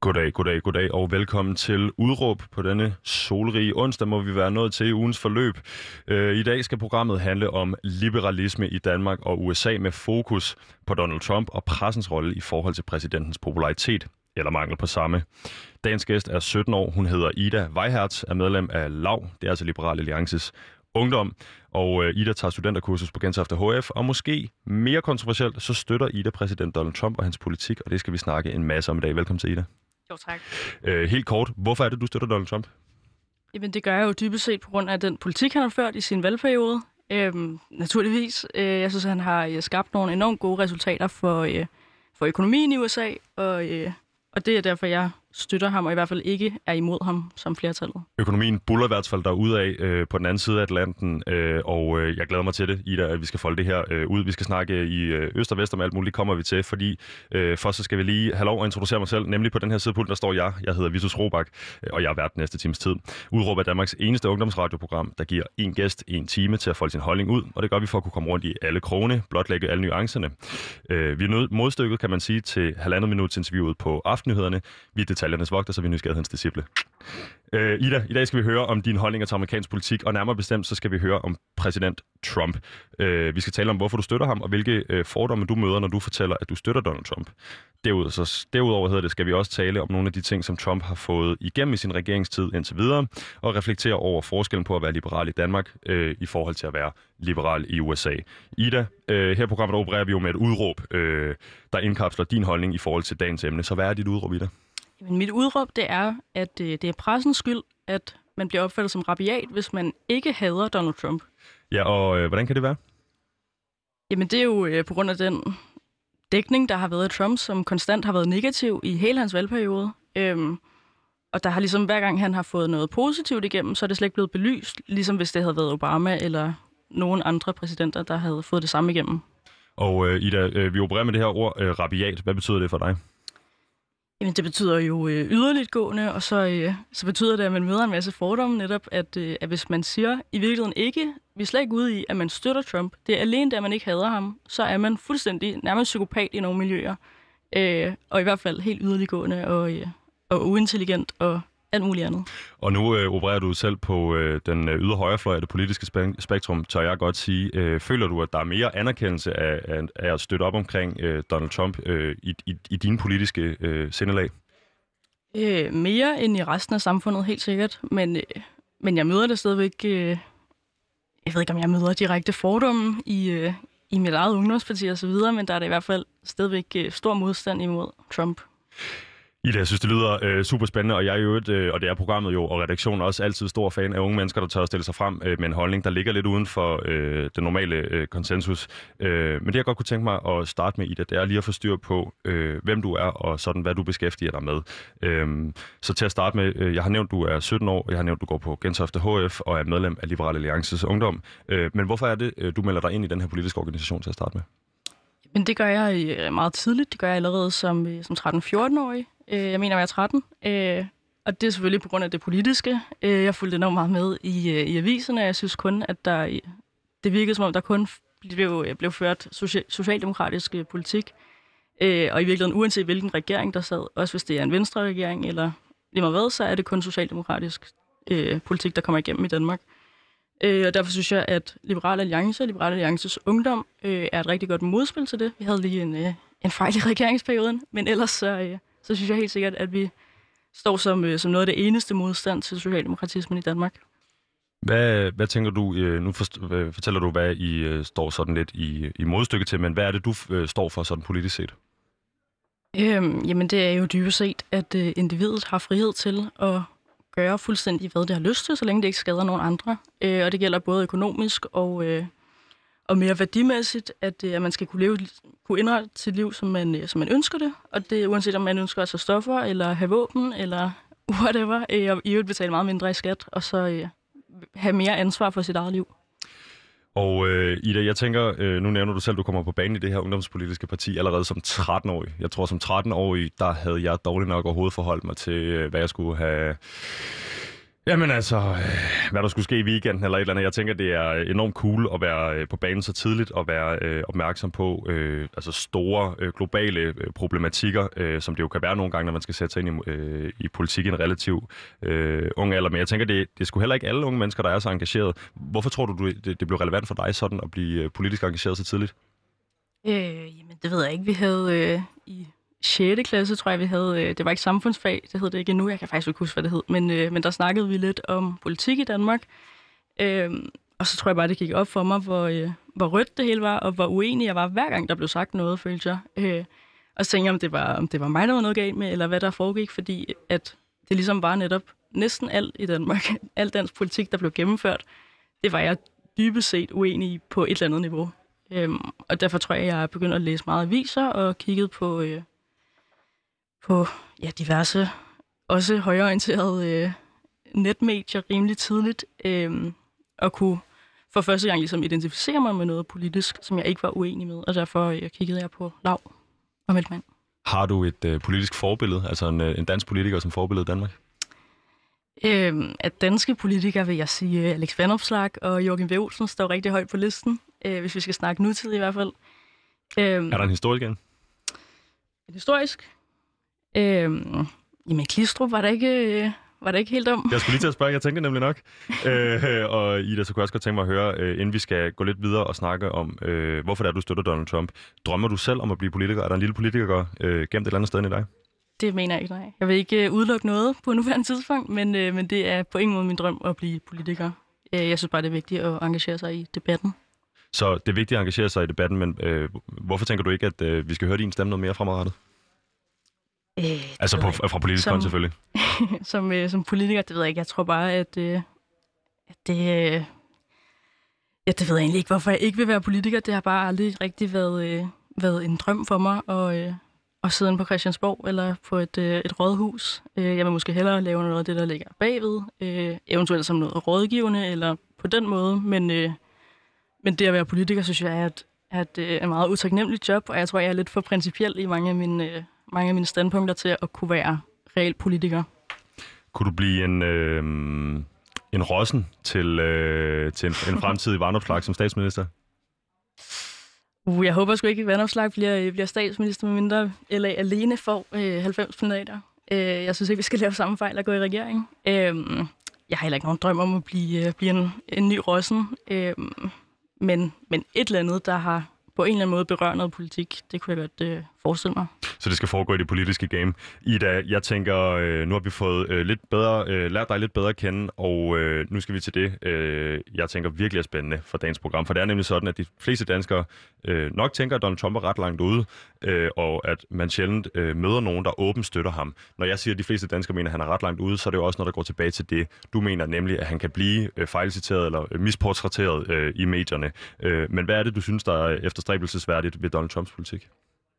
Goddag og velkommen til Udråb på denne solrige onsdag, må vi være nået til i ugens forløb. I dag skal programmet handle om liberalisme i Danmark og USA med fokus på Donald Trump og pressens rolle i forhold til præsidentens popularitet eller mangel på samme. Dagens gæst er 17 år, hun hedder Ida Weihertz, er medlem af LAU, det er altså Liberal Alliances Ungdom, og Ida tager studenterkursus på Gentofte HF, og måske mere kontroversielt, så støtter Ida præsident Donald Trump og hans politik, og det skal vi snakke en masse om i dag. Velkommen til, Ida. Jo, tak. Helt kort, hvorfor er det, du støtter Donald Trump? Jamen, det gør jeg jo dybest set på grund af den politik, han har ført i sin valgperiode. Naturligvis. Jeg synes, han har skabt nogle enormt gode resultater for økonomien i USA, og det er derfor, jeg støtter ham, og i hvert fald ikke er imod ham som flertallet. Økonomien buller i hvert fald derudad på den anden side af Atlanten, og jeg glæder mig til det, Ida, at vi skal folde det her ud. Vi skal snakke i øst og vest om alt muligt, kommer vi til, fordi først så skal vi lige have lov at introducere mig selv, nemlig på den her sidepult, der står jeg. Jeg hedder Vitus Robak, og jeg er vært næste times tid. Udråb er Danmarks eneste ungdomsradioprogram, der giver en gæst en time til at folde sin holdning ud, og det gør vi for at kunne komme rundt i alle krogene, blotlægge alle nuancerne. Vi er modstykket, kan man sige, til 1,5 minuts interviewet på Aftennyhederne. Vi er detaljernes vogter, så vi er nysgerrighedens disciple. Ida, i dag skal vi høre om dine holdninger til amerikansk politik, og nærmere bestemt, så skal vi høre om præsident Trump. Vi skal tale om, hvorfor du støtter ham, og hvilke fordomme du møder, når du fortæller, at du støtter Donald Trump. Derudover skal vi også tale om nogle af de ting, som Trump har fået igennem i sin regeringstid indtil videre, og reflektere over forskellen på at være liberal i Danmark i forhold til at være liberal i USA. Ida, her i programmet opererer vi jo med et udråb, der indkapsler din holdning i forhold til dagens emne. Så hvad er dit udråb, Ida? Jamen, mit udråb, det er, at det er pressens skyld, at man bliver opfattet som rabiat, hvis man ikke hader Donald Trump. Ja, og hvordan kan det være? Jamen, det er jo på grund af den dækning, der har været af Trump, som konstant har været negativ i hele hans valgperiode. Og der har ligesom, hver gang han har fået noget positivt igennem, så er det slet ikke blevet belyst, ligesom hvis det havde været Obama eller nogen andre præsidenter, der havde fået det samme igennem. Og Ida, vi opererer med det her ord rabiat. Hvad betyder det for dig? Jamen, det betyder jo yderligtgående, og så betyder det, at man møder en masse fordomme netop, at hvis man siger i virkeligheden ikke, vi er slet ikke ude i, at man støtter Trump, det er alene det, at man ikke hader ham, så er man fuldstændig nærmest psykopat i nogle miljøer, og i hvert fald helt yderliggående og uintelligent og alt muligt andet. Og nu opererer du selv på den ydre højrefløj af det politiske spektrum, tør jeg godt sige. Føler du, at der er mere anerkendelse af at støtte op omkring Donald Trump i dine politiske sindelag? Mere end i resten af samfundet, helt sikkert. Men jeg møder det stadigvæk... jeg ved ikke, om jeg møder direkte fordomme i mit eget ungdomsparti og så videre, men der er det i hvert fald stadigvæk stor modstand imod Trump. Ida, jeg synes, det lyder super spændende, og jeg er jo og det er programmet jo, og redaktionen også altid stor fan af unge mennesker, der tør at stille sig frem med en holdning, der ligger lidt uden for den normale konsensus. Men det, jeg godt kunne tænke mig at starte med, Ida, det er lige at få styr på, hvem du er, og sådan, hvad du beskæftiger dig med. Så til at starte med, jeg har nævnt, du er 17 år, jeg har nævnt, du går på Gentofte HF og er medlem af Liberal Alliances Ungdom. Men hvorfor er det, du melder dig ind i den her politiske organisation til at starte med? Men det gør jeg meget tidligt. Det gør jeg allerede som 13-14-årig. Jeg mener, jeg er 13. Og det er selvfølgelig på grund af det politiske. Jeg fulgte enormt meget med i aviserne. Jeg synes kun, at det virkede som om, der kun blev ført socialdemokratisk politik. Og i virkeligheden, uanset hvilken regering der sad, også hvis det er en venstre-regering eller lige meget hvad, så er det kun socialdemokratisk politik, der kommer igennem i Danmark. Og derfor synes jeg, at Liberal Alliances Ungdom er et rigtig godt modspil til det. Vi havde lige en fejl i regeringsperioden, men ellers så synes jeg helt sikkert, at vi står som noget af det eneste modstand til socialdemokratismen i Danmark. Hvad tænker du, nu fortæller du, hvad I står sådan lidt i modstykke til, men hvad er det, du står for sådan politisk set? Jamen det er jo dybest set, at individet har frihed til at gøre fuldstændig, hvad det har lyst til, så længe det ikke skader nogen andre. Og det gælder både økonomisk og mere værdimæssigt, at man skal kunne indrette sit liv, som man ønsker det. Og det er uanset om man ønsker at tage stoffer, eller have våben, eller whatever. Og i øvrigt betale meget mindre i skat, og så have mere ansvar for sit eget liv. Og Ida, jeg tænker, nu nævner du selv, du kommer på banen i det her ungdomspolitiske parti allerede som 13-årig. Jeg tror, som 13-årig, der havde jeg dårligt nok overhovedet forholdt mig til, hvad jeg skulle have Jamen altså, hvad der skulle ske i weekenden eller et eller andet. Jeg tænker, det er enormt cool at være på banen så tidligt og være opmærksom på altså store globale problematikker, som det jo kan være nogle gange, når man skal sætte sig ind i politik i en relativt ung alder. Men jeg tænker, det er sgu heller ikke alle unge mennesker, der er så engageret. Hvorfor tror du, det blev relevant for dig sådan at blive politisk engageret så tidligt? Jamen, det ved jeg ikke. Vi havde i 6. klasse, tror jeg, vi havde, det var ikke samfundsfag, det hed det ikke endnu, jeg kan faktisk ikke huske, hvad det hed, men der snakkede vi lidt om politik i Danmark, og så tror jeg bare, det gik op for mig, hvor rødt det hele var, og hvor uenig jeg var, hver gang der blev sagt noget, følte jeg. Og så tænkte jeg, om det var mig, der var noget galt med, eller hvad der foregik, fordi at det ligesom var netop næsten alt i Danmark, al dansk politik, der blev gennemført, det var jeg dybest set uenig i på et eller andet niveau. Og derfor tror jeg er begyndt at læse meget aviser og kigget på diverse, også højreorienterede netmedier rimelig tidligt, og kunne for første gang ligesom identificere mig med noget politisk, som jeg ikke var uenig med, og derfor kiggede jeg på Lav og Meltmann. Har du et politisk forbillede, altså en dansk politiker som forbillede i Danmark? At danske politikere vil jeg sige Alex Vanopslagh og Joachim B. Olsen står rigtig højt på listen, hvis vi skal snakke nutid i hvert fald. Er der en historisk igen? En historisk? Jamen, Klistrup var der ikke helt om. Jeg skulle lige til at spørge, jeg tænkte nemlig nok. Og Ida, så kunne jeg også godt tænke mig at høre, inden vi skal gå lidt videre og snakke om, hvorfor det er, du støtter Donald Trump. Drømmer du selv om at blive politiker? Er der en lille politiker gemt et eller andet sted i dig? Det mener jeg ikke, nej. Jeg vil ikke udelukke noget på nuværende tidspunkt, men det er på ingen måde min drøm at blive politiker. Jeg synes bare, det er vigtigt at engagere sig i debatten. Så det er vigtigt at engagere sig i debatten, men hvorfor tænker du ikke, at vi skal høre din stemme noget mere fremadrettet? Altså fra politisk hånd selvfølgelig. som politiker, det ved jeg ikke. Jeg tror bare, at det ved jeg egentlig ikke, hvorfor jeg ikke vil være politiker. Det har bare aldrig rigtig været en drøm for mig at sidde inde på Christiansborg eller på et rådhus. Jeg vil måske hellere lave noget af det, der ligger bagved. Eventuelt som noget rådgivende eller på den måde. Men det at være politiker, synes jeg er et meget utaknemmeligt job, og jeg tror, jeg er lidt for principiel i mange af mine standpunkter til at kunne være reel politiker. Kunne du blive en rossen til en fremtidig Vanopslagh som statsminister? Jeg håber sgu ikke, at Vanopslagh bliver statsminister, medmindre LA alene får 90 mandater. Jeg synes ikke, vi skal lave samme fejl og gå i regering. Jeg har heller ikke nogen drøm om at blive en ny rossen. Men et eller andet, der har på en eller anden måde berører noget politik, det kunne jeg godt forestille mig. Så det skal foregå i det politiske game. Ida, jeg tænker, nu har vi fået lært dig lidt bedre at kende, og nu skal vi til det, jeg tænker virkelig er spændende for dagens program. For det er nemlig sådan, at de fleste danskere nok tænker, at Donald Trump er ret langt ude, og at man sjældent møder nogen, der åbent støtter ham. Når jeg siger, at de fleste danskere mener, at han er ret langt ude, så er det jo også noget, der går tilbage til det. Du mener nemlig, at han kan blive fejlciteret eller misportrætteret i medierne. Men hvad er det, du synes, der er efterstræbelsesværdigt ved Donald Trumps politik?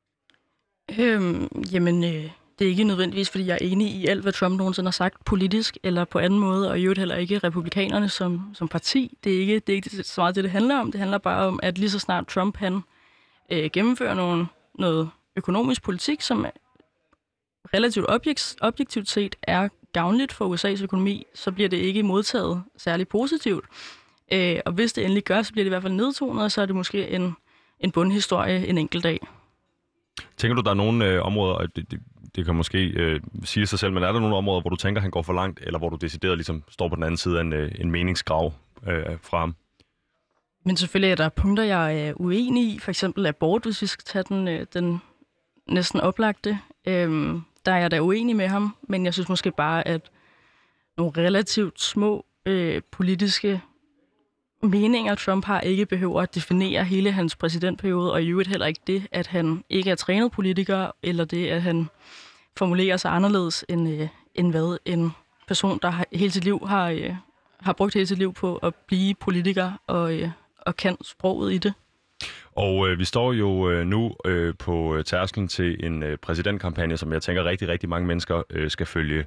Det er ikke nødvendigvis, fordi jeg er enig i alt, hvad Trump nogensinde har sagt politisk eller på anden måde, og i øvrigt heller ikke republikanerne som parti. Det er ikke så meget det handler om. Det handler bare om, at lige så snart Trump han gennemfører noget økonomisk politik, som relativt objektivt set er gavnligt for USA's økonomi, så bliver det ikke modtaget særlig positivt. Og hvis det endelig gør, så bliver det i hvert fald nedtonet, og så er det måske en bundhistorie en enkelt dag. Tænker du, der er nogle områder, og det kan måske sige sig selv, men er der nogle områder, hvor du tænker, han går for langt, eller hvor du decideret ligesom står på den anden side af en meningsgrav fra ham? Men selvfølgelig er der punkter, jeg er uenig i. For eksempel abort, hvis vi skal tage den næsten oplagte. Der er jeg da uenig med ham, men jeg synes måske bare, at nogle relativt små politiske meninger, Trump har, ikke behøver at definere hele hans præsidentperiode, og i øvrigt heller ikke det, at han ikke er trænet politiker, eller det, at han formulerer sig anderledes end hvad en person, der hele sit liv har brugt hele sit liv på at blive politiker og kan sproget i det. Og vi står jo nu på tærsklen til en præsidentkampagne, som jeg tænker rigtig, rigtig mange mennesker skal følge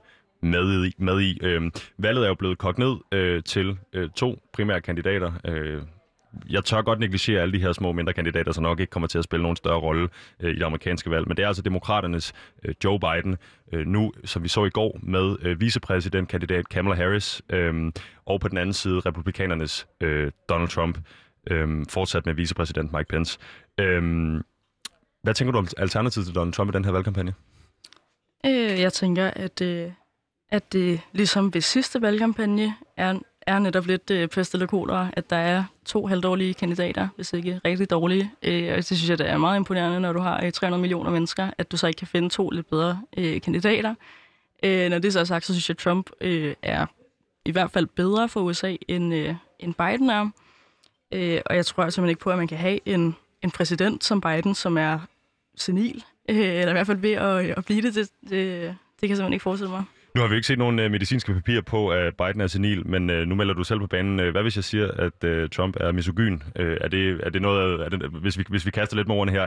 med i. Valget er jo blevet kogt ned til to primære kandidater. jeg tør godt negligere alle de her små mindre kandidater, som nok ikke kommer til at spille nogen større rolle i det amerikanske valg. Men det er altså demokraternes Joe Biden nu, som vi så i går, med vicepræsidentkandidat Kamala Harris, og på den anden side republikanernes Donald Trump, fortsat med vicepræsident Mike Pence. Hvad tænker du om alternativet til Donald Trump i den her valgkampagne? Jeg tænker, at det ligesom ved sidste valgkampagne er netop lidt pest eller kolera, at der er 2 halvdårlige kandidater, hvis ikke rigtig dårlige. Og det synes jeg, det er meget imponerende, når du har 300 millioner mennesker, at du så ikke kan finde 2 lidt bedre kandidater. Når det så er sagt, så synes jeg, at Trump er i hvert fald bedre for USA, end Biden er. Og jeg tror simpelthen ikke på, at man kan have en præsident som Biden, som er senil, eller i hvert fald ved at blive det. Det kan jeg simpelthen ikke forestille mig. Nu har vi ikke set nogen medicinske papirer på, at Biden er senil, men nu melder du selv på banen. Hvad hvis jeg siger, at Trump er misogyn? Er det noget, hvis vi kaster lidt med ordene her,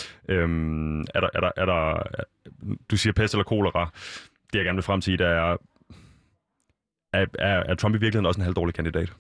er der du siger pest eller kolera? Det jeg gerne vil frem til, der er Trump i virkeligheden også en halvdårlig kandidat?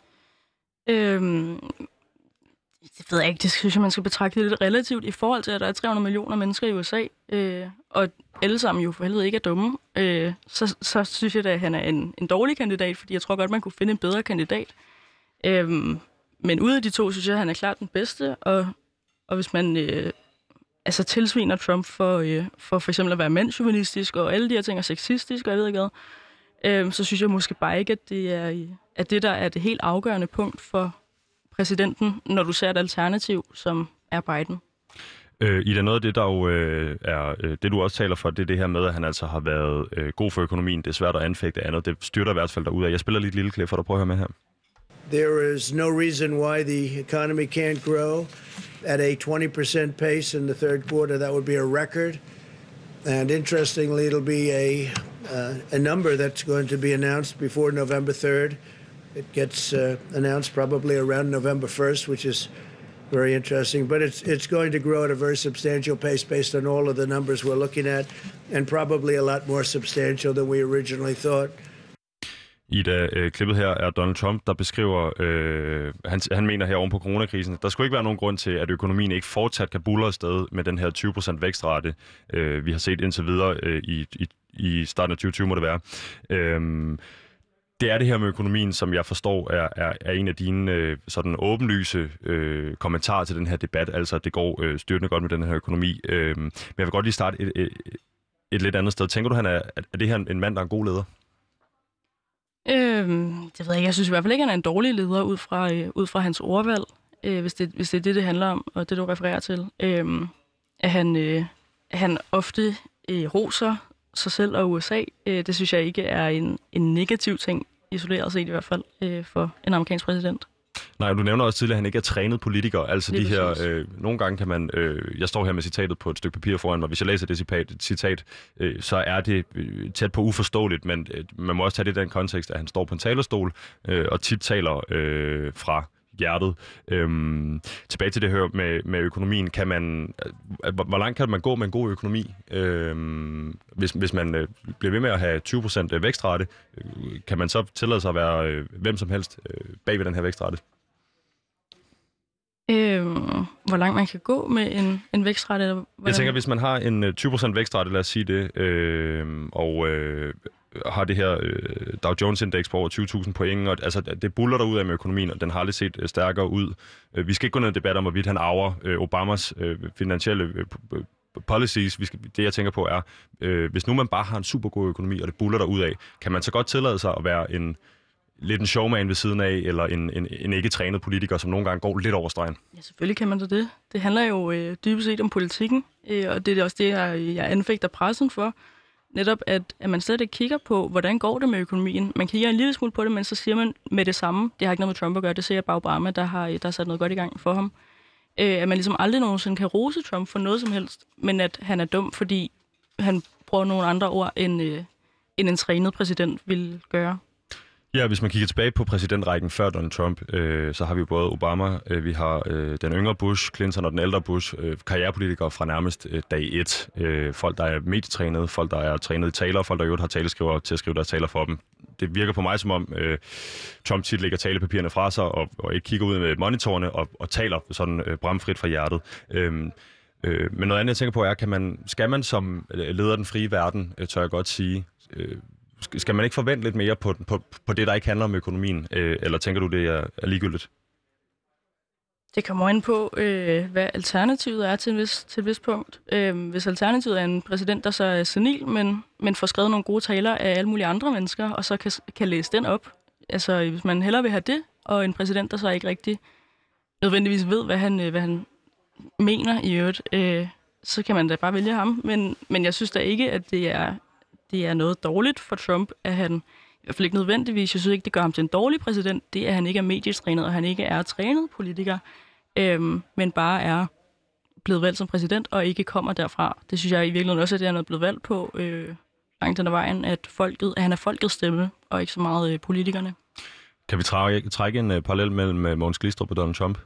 Det ved jeg ikke. Det synes jeg, man skal betragte lidt relativt i forhold til, at der er 300 millioner mennesker i USA, og alle sammen jo for helvede ikke er dumme. Så synes jeg, at han er en dårlig kandidat, fordi jeg tror godt, man kunne finde en bedre kandidat. Men ud af de 2, synes jeg, at han er klart den bedste, og hvis man tilsviner Trump for eksempel at være mandsjuvenistisk, og alle de her ting er sexistisk, og jeg ved ikke hvad, så synes jeg måske bare ikke, at det er det, der er det helt afgørende punkt for præsidenten, når du ser et alternativ, som er Biden. Ida, noget af det, der jo er det, du også taler for, det er det her med, at han altså har været god for økonomien. Det er svært at anfægte andet. Det styrter i hvert fald derudad. Jeg spiller lige et lille klip for dig. Prøv at høre med her. There is no reason why the economy can't grow at a 20% pace in the third quarter. That would be a record. And interestingly, it'll be a number that's going to be announced before November 3rd. It gets announced probably around November 1st, which is very interesting. But it's going to grow at a very substantial pace based on all of the numbers we're looking at, and probably a lot more substantial than we originally thought. Klippet her er Donald Trump, der beskriver, han mener her oven på coronakrisen, der skulle ikke være nogen grund til, at økonomien ikke fortsat kan buldre afsted med den her 20% vækstrate, vi har set indtil videre i starten af 2020, må det være. Det er det her med økonomien, som jeg forstår er en af dine sådan åbenlyse kommentarer til den her debat, altså at det går styrtende godt med den her økonomi. Men jeg vil godt lige starte et lidt andet sted. Tænker du, er det her en mand, der er en god leder? Det ved jeg ikke. Jeg synes i hvert fald ikke, at han er en dårlig leder ud fra hans ordvalg, hvis det er det handler om, og det du refererer til. At han ofte roser sig selv og USA, det synes jeg ikke er en negativ ting, isoleret set i hvert fald, for en amerikansk præsident. Nej, du nævner også tidligere, at han ikke er trænet politiker. Altså det de her, nogle gange kan man, jeg står her med citatet på et stykke papir foran mig, hvis jeg læser det citat, så er det tæt på uforståeligt, men man må også tage det i den kontekst, at han står på en talerstol og tit taler fra hjertet. Tilbage til det her med økonomien. Hvor langt kan man gå med en god økonomi? Hvis man bliver ved med at have 20% vækstrate, kan man så tillade sig at være hvem som helst bag ved den her vækstrate? Hvor langt man kan gå med en vækstrate? Eller jeg tænker, hvis man har en 20% vækstrate, lad os sige det, og har det her Dow Jones-indeks på over 20.000 point, og altså, det buller derud af med økonomien, og den har aldrig set stærkere ud. Vi skal ikke gå ned i debat om, hvorvidt han arver Obamas finansielle policies. Det, jeg tænker på, er, hvis nu man bare har en super god økonomi, og det buller derud af, kan man så godt tillade sig at være lidt en showman ved siden af, eller en ikke trænet politiker, som nogle gange går lidt over stregen? Ja, selvfølgelig kan man det. Det handler jo dybest set om politikken, og det er også det, jeg anfægter pressen for. Netop, at man slet ikke kigger på, hvordan går det med økonomien. Man kigger en lille smule på det, men så siger man med det samme. Det har ikke noget med Trump at gøre, det siger bare Obama, der har sat noget godt i gang for ham. At man ligesom aldrig nogensinde kan rose Trump for noget som helst, men at han er dum, fordi han bruger nogle andre ord, end en trænet præsident vil gøre. Ja, hvis man kigger tilbage på præsidentrækken før Donald Trump, så har vi jo både Obama, vi har den yngre Bush, Clinton og den ældre Bush, karrierepolitikere fra nærmest dag 1. Folk, der er medietrænede, folk, der er trænet i taler, folk, der jo har taleskrivere til at skrive deres taler for dem. Det virker på mig som om, Trump tit lægger talepapirerne fra sig og ikke kigger ud med monitorerne og taler sådan bramfrit fra hjertet. Men noget andet, jeg tænker på, er, skal man som leder af den frie verden, tør jeg godt sige, skal man ikke forvente lidt mere på det, der ikke handler om økonomien? Eller tænker du, det er ligegyldigt? Det kommer ind på, hvad alternativet er til et vis punkt. Hvis alternativet er en præsident, der så er senil, men får skrevet nogle gode taler af alle mulige andre mennesker, og så kan læse den op. Altså, hvis man hellere vil have det, og en præsident, der så ikke rigtig nødvendigvis ved, hvad han mener i øvrigt, så kan man da bare vælge ham. Men jeg synes da ikke, at det er noget dårligt for Trump, at han, i hvert fald ikke nødvendigvis, jeg synes ikke, det gør ham til en dårlig præsident, det er, at han ikke er medietrænet, og han ikke er trænet politiker, men bare er blevet valgt som præsident, og ikke kommer derfra. Det synes jeg i virkeligheden også, at det er noget blevet valgt på langt den ad vejen, at han er folkets stemme, og ikke så meget politikerne. Kan vi trække en parallel mellem Mogens Glistrup og Donald Trump?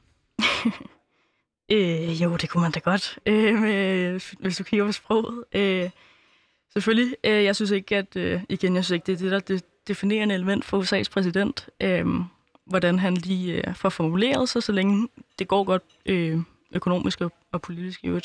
Jo, det kunne man da godt, hvis du kigger på sproget. Selvfølgelig. Jeg synes ikke, at det er det, der definerende element for USA's præsident, hvordan han lige får formuleret sig, så længe det går godt økonomisk og politisk i øvrigt.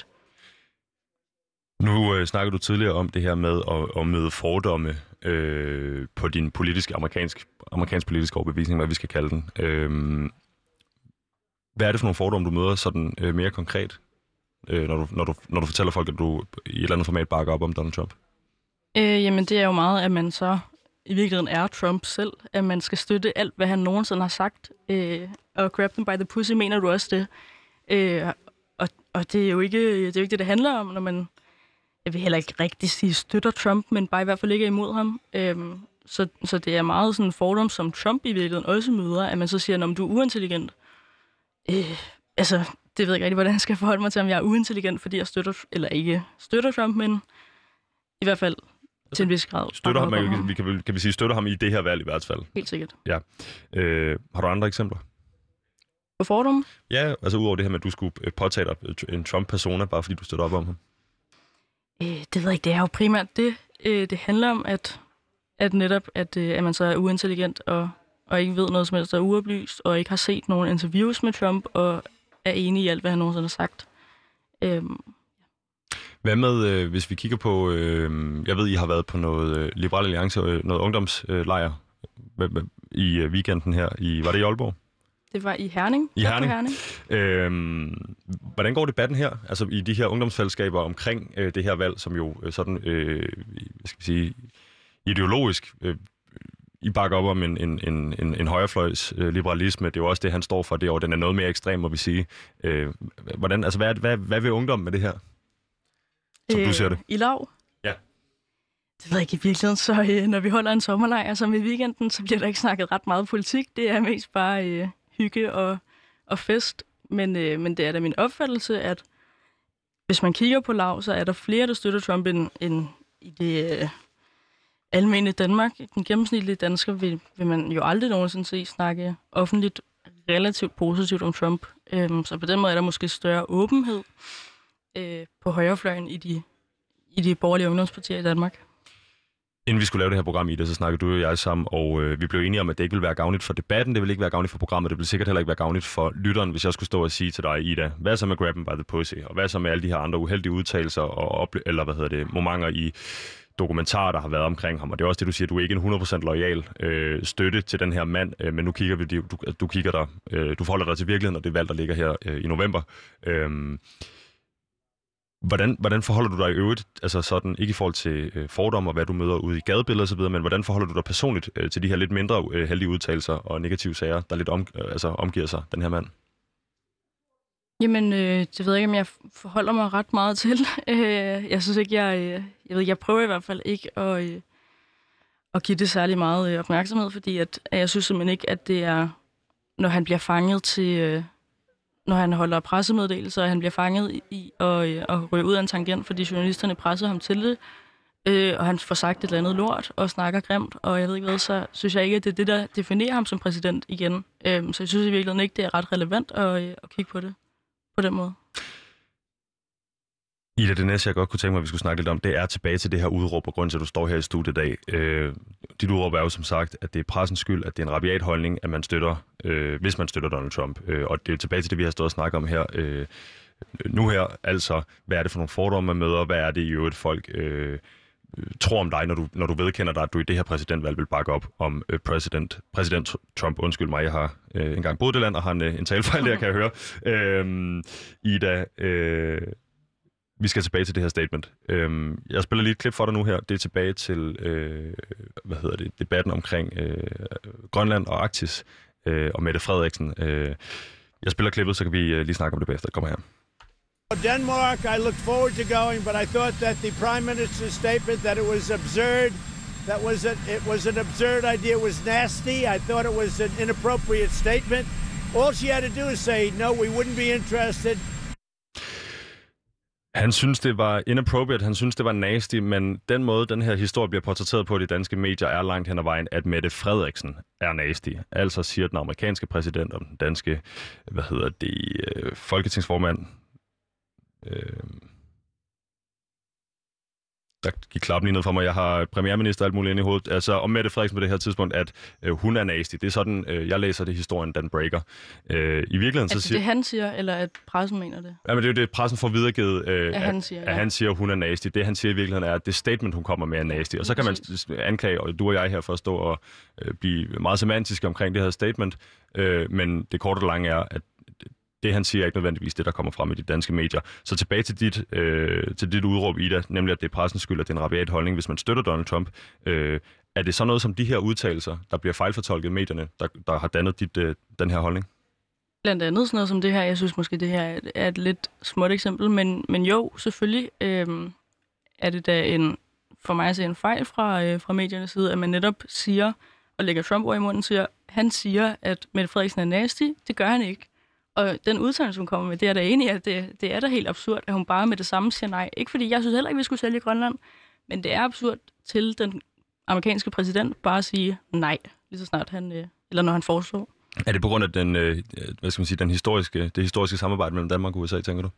Nu snakker du tidligere om det her med at møde fordomme på din amerikansk politiske overbevisning, hvad vi skal kalde den. Hvad er det for nogle fordomme, du møder sådan mere konkret, når du fortæller folk, at du i et eller andet format bakker op om Donald Trump? Jamen, det er jo meget, at man så i virkeligheden er Trump selv, at man skal støtte alt, hvad han nogensinde har sagt, og grab them by the pussy, mener du også det? Og det er jo ikke det handler om, når man, jeg vil heller ikke rigtig sige støtter Trump, men bare i hvert fald ikke er imod ham. Så det er meget sådan en fordom, som Trump i virkeligheden også møder, at man så siger, om du er uintelligent. Altså, det ved jeg ikke rigtig, hvordan jeg skal forholde mig til, om jeg er uintelligent, fordi jeg støtter, eller ikke støtter Trump, men i hvert fald til en vis grad. Støtter ham, kan vi sige, støtter ham i det her valg i hvert fald? Helt sikkert. Ja. Har du andre eksempler? På fordomme? Ja, altså udover det her med, at du skulle påtage dig en Trump-persona, bare fordi du støtter op om ham. Det ved jeg ikke, det er jo primært det. Det handler om, at netop, at man så er uintelligent og ikke ved noget som helst, der er uoplyst, og ikke har set nogen interviews med Trump, og er enig i alt, hvad han nogensinde har sagt. Hvad med, hvis vi kigger på, jeg ved, I har været på noget Liberal Alliance, noget ungdomslejr i weekenden her, var det i Aalborg? Det var i Herning. I Herning. Hvordan går debatten her, altså i de her ungdomsfællesskaber omkring det her valg, som jo sådan, hvad skal vi sige, ideologisk, I bakker op om en højrefløjs liberalisme, det er jo også det, han står for det år, den er noget mere ekstrem, må vi sige. Hvordan, altså hvad vil ungdom med det her? Som du ser det. I lav? Ja. Det ved jeg ikke i virkeligheden, så når vi holder en sommerlejr som i weekenden, så bliver der ikke snakket ret meget politik. Det er mest bare hygge og fest. Men det er da min opfattelse, at hvis man kigger på lav, så er der flere, der støtter Trump end i det almindelige Danmark. Den gennemsnitlige dansker vil man jo aldrig nogensinde se snakke offentligt relativt positivt om Trump. Så på den måde er der måske større åbenhed på højrefløjen i de borgerlige ungdomspartier i Danmark. Inden vi skulle lave det her program i det, så snakkede du og jeg sammen, og vi blev enige om, at det ikke ville være gavnligt for debatten, det ville ikke være gavnligt for programmet, det ville sikkert heller ikke være gavnligt for lytteren, hvis jeg skulle stå og sige til dig, Ida, hvad så med Grab 'em by the pussy, og hvad så med alle de her andre uheldige udtalelser og momenter i dokumentarer, der har været omkring ham, og det er også det, du siger, du er ikke en 100% loyal støtte til den her mand, men nu kigger vi, du forholder dig til virkeligheden, og det valg, der ligger her i november. Hvordan forholder du dig i øvrigt, altså sådan, ikke i forhold til fordomme og hvad du møder ude i gadebilleder og så videre, men hvordan forholder du dig personligt til de her lidt mindre heldige udtalelser og negative sager, der lidt omgiver sig den her mand? Jamen, det ved jeg ikke, om jeg forholder mig ret meget til. Jeg synes ikke, jeg prøver i hvert fald ikke at give det særlig meget opmærksomhed, fordi at jeg synes simpelthen ikke, at det er, når han bliver fanget til... når han holder pressemeddelelser, og han bliver fanget i at ryge ud af en tangent, fordi journalisterne presser ham til det, og han får sagt et eller andet lort og snakker grimt, og jeg ved ikke hvad, så synes jeg ikke, at det er det, der definerer ham som præsident igen. Så jeg synes i virkeligheden ikke, det er ret relevant at kigge på det på den måde. Ida, det næste, jeg godt kunne tænke mig, at vi skulle snakke lidt om, det er tilbage til det her udråb, og grunden til, at du står her i studiet i dag. Dit udråb er jo som sagt, at det er pressens skyld, at det er en rabiat holdning, at man støtter, hvis man støtter Donald Trump. Og det er tilbage til det, vi har stået og snakket om her nu her. Altså, hvad er det for nogle fordomme, man møder? Hvad er det i øvrigt folk tror om dig, når du vedkender dig, at du i det her præsidentvalg vil bakke op om præsident Trump? Undskyld mig, jeg har engang boet i det land, og har en talefejl der, kan jeg høre. Ida... Vi skal tilbage til det her statement. Jeg spiller lige et klip for dig nu her. Det er tilbage til debatten omkring Grønland og Arktis og Mette Frederiksen. Jeg spiller klippet, så kan vi lige snakke om det bagefter. Kom her. Denmark, I looked forward to going, but I thought that the Prime Minister's statement that it was absurd, it was an absurd idea, it was nasty. I thought it was an inappropriate statement. All she had to do is say, no, we wouldn't be interested. Han synes, det var inappropriate, han synes, det var nasty, men den måde, den her historie bliver portrætteret på de danske medier, er langt hen ad vejen, at Mette Frederiksen er nasty. Altså siger den amerikanske præsident om den danske, folketingsformand. Der gik klappen lige ned for mig. Jeg har premierminister alt muligt inde i hovedet. Altså om Mette Frederiksen på det her tidspunkt, at hun er nasty. Det er sådan, jeg læser det historien, den breaker. I virkeligheden så siger... det han siger, eller at pressen mener det? Ja, men det er jo det, pressen får videregivet, han siger, hun er nasty. Det han siger i virkeligheden er, at det statement, hun kommer med, er nasty. Og så kan man anklage, og du og jeg her for at stå og blive meget semantiske omkring det her statement. Men det korte og lange er, at det, han siger, er ikke nødvendigvis det, der kommer frem i de danske medier. Så tilbage til dit udråb, Ida, nemlig at det er pressens skyld, at det er en rabiat holdning, hvis man støtter Donald Trump. Er det så noget som de her udtalelser, der bliver fejlfortolket i medierne, der har dannet den her holdning? Blandt andet sådan noget som det her. Jeg synes måske, det her er et lidt småt eksempel, men jo, selvfølgelig er det da for mig at se en fejl fra mediernes side, at man netop siger, og lægger Trump over i munden, han siger, at Mette Frederiksen er nasty. Det gør han ikke. Og den udtalelse, hun kommer med, det er da enig, at det er da helt absurd, at hun bare med det samme siger nej. Ikke fordi jeg synes heller ikke, vi skulle sælge Grønland, men det er absurd til den amerikanske præsident bare at sige nej, lige så snart eller når han foreslår. Er det på grund af det historiske samarbejde mellem Danmark og USA, tænker du?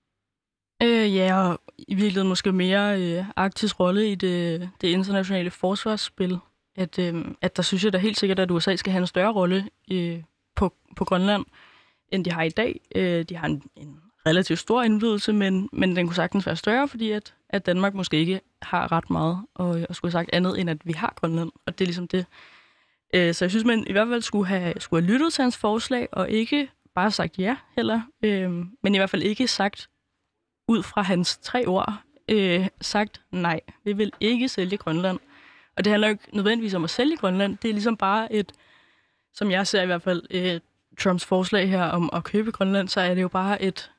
Ja, og i virkeligheden måske mere Arktis rolle i det internationale forsvarsspil. At der synes jeg da helt sikkert, at USA skal have en større rolle på Grønland, end de har i dag. De har en relativt stor indflydelse, men den kunne sagtens være større, fordi at Danmark måske ikke har ret meget og skulle have sagt andet, end at vi har Grønland, og det er ligesom det. Så jeg synes, man i hvert fald skulle have lyttet til hans forslag, og ikke bare sagt ja heller, men i hvert fald ikke sagt ud fra hans 3 ord, sagt nej, vi vil ikke sælge Grønland. Og det handler jo ikke nødvendigvis om at sælge Grønland, det er ligesom bare som jeg ser i hvert fald, Trumps forslag her om at købe Grønland, så er det jo bare et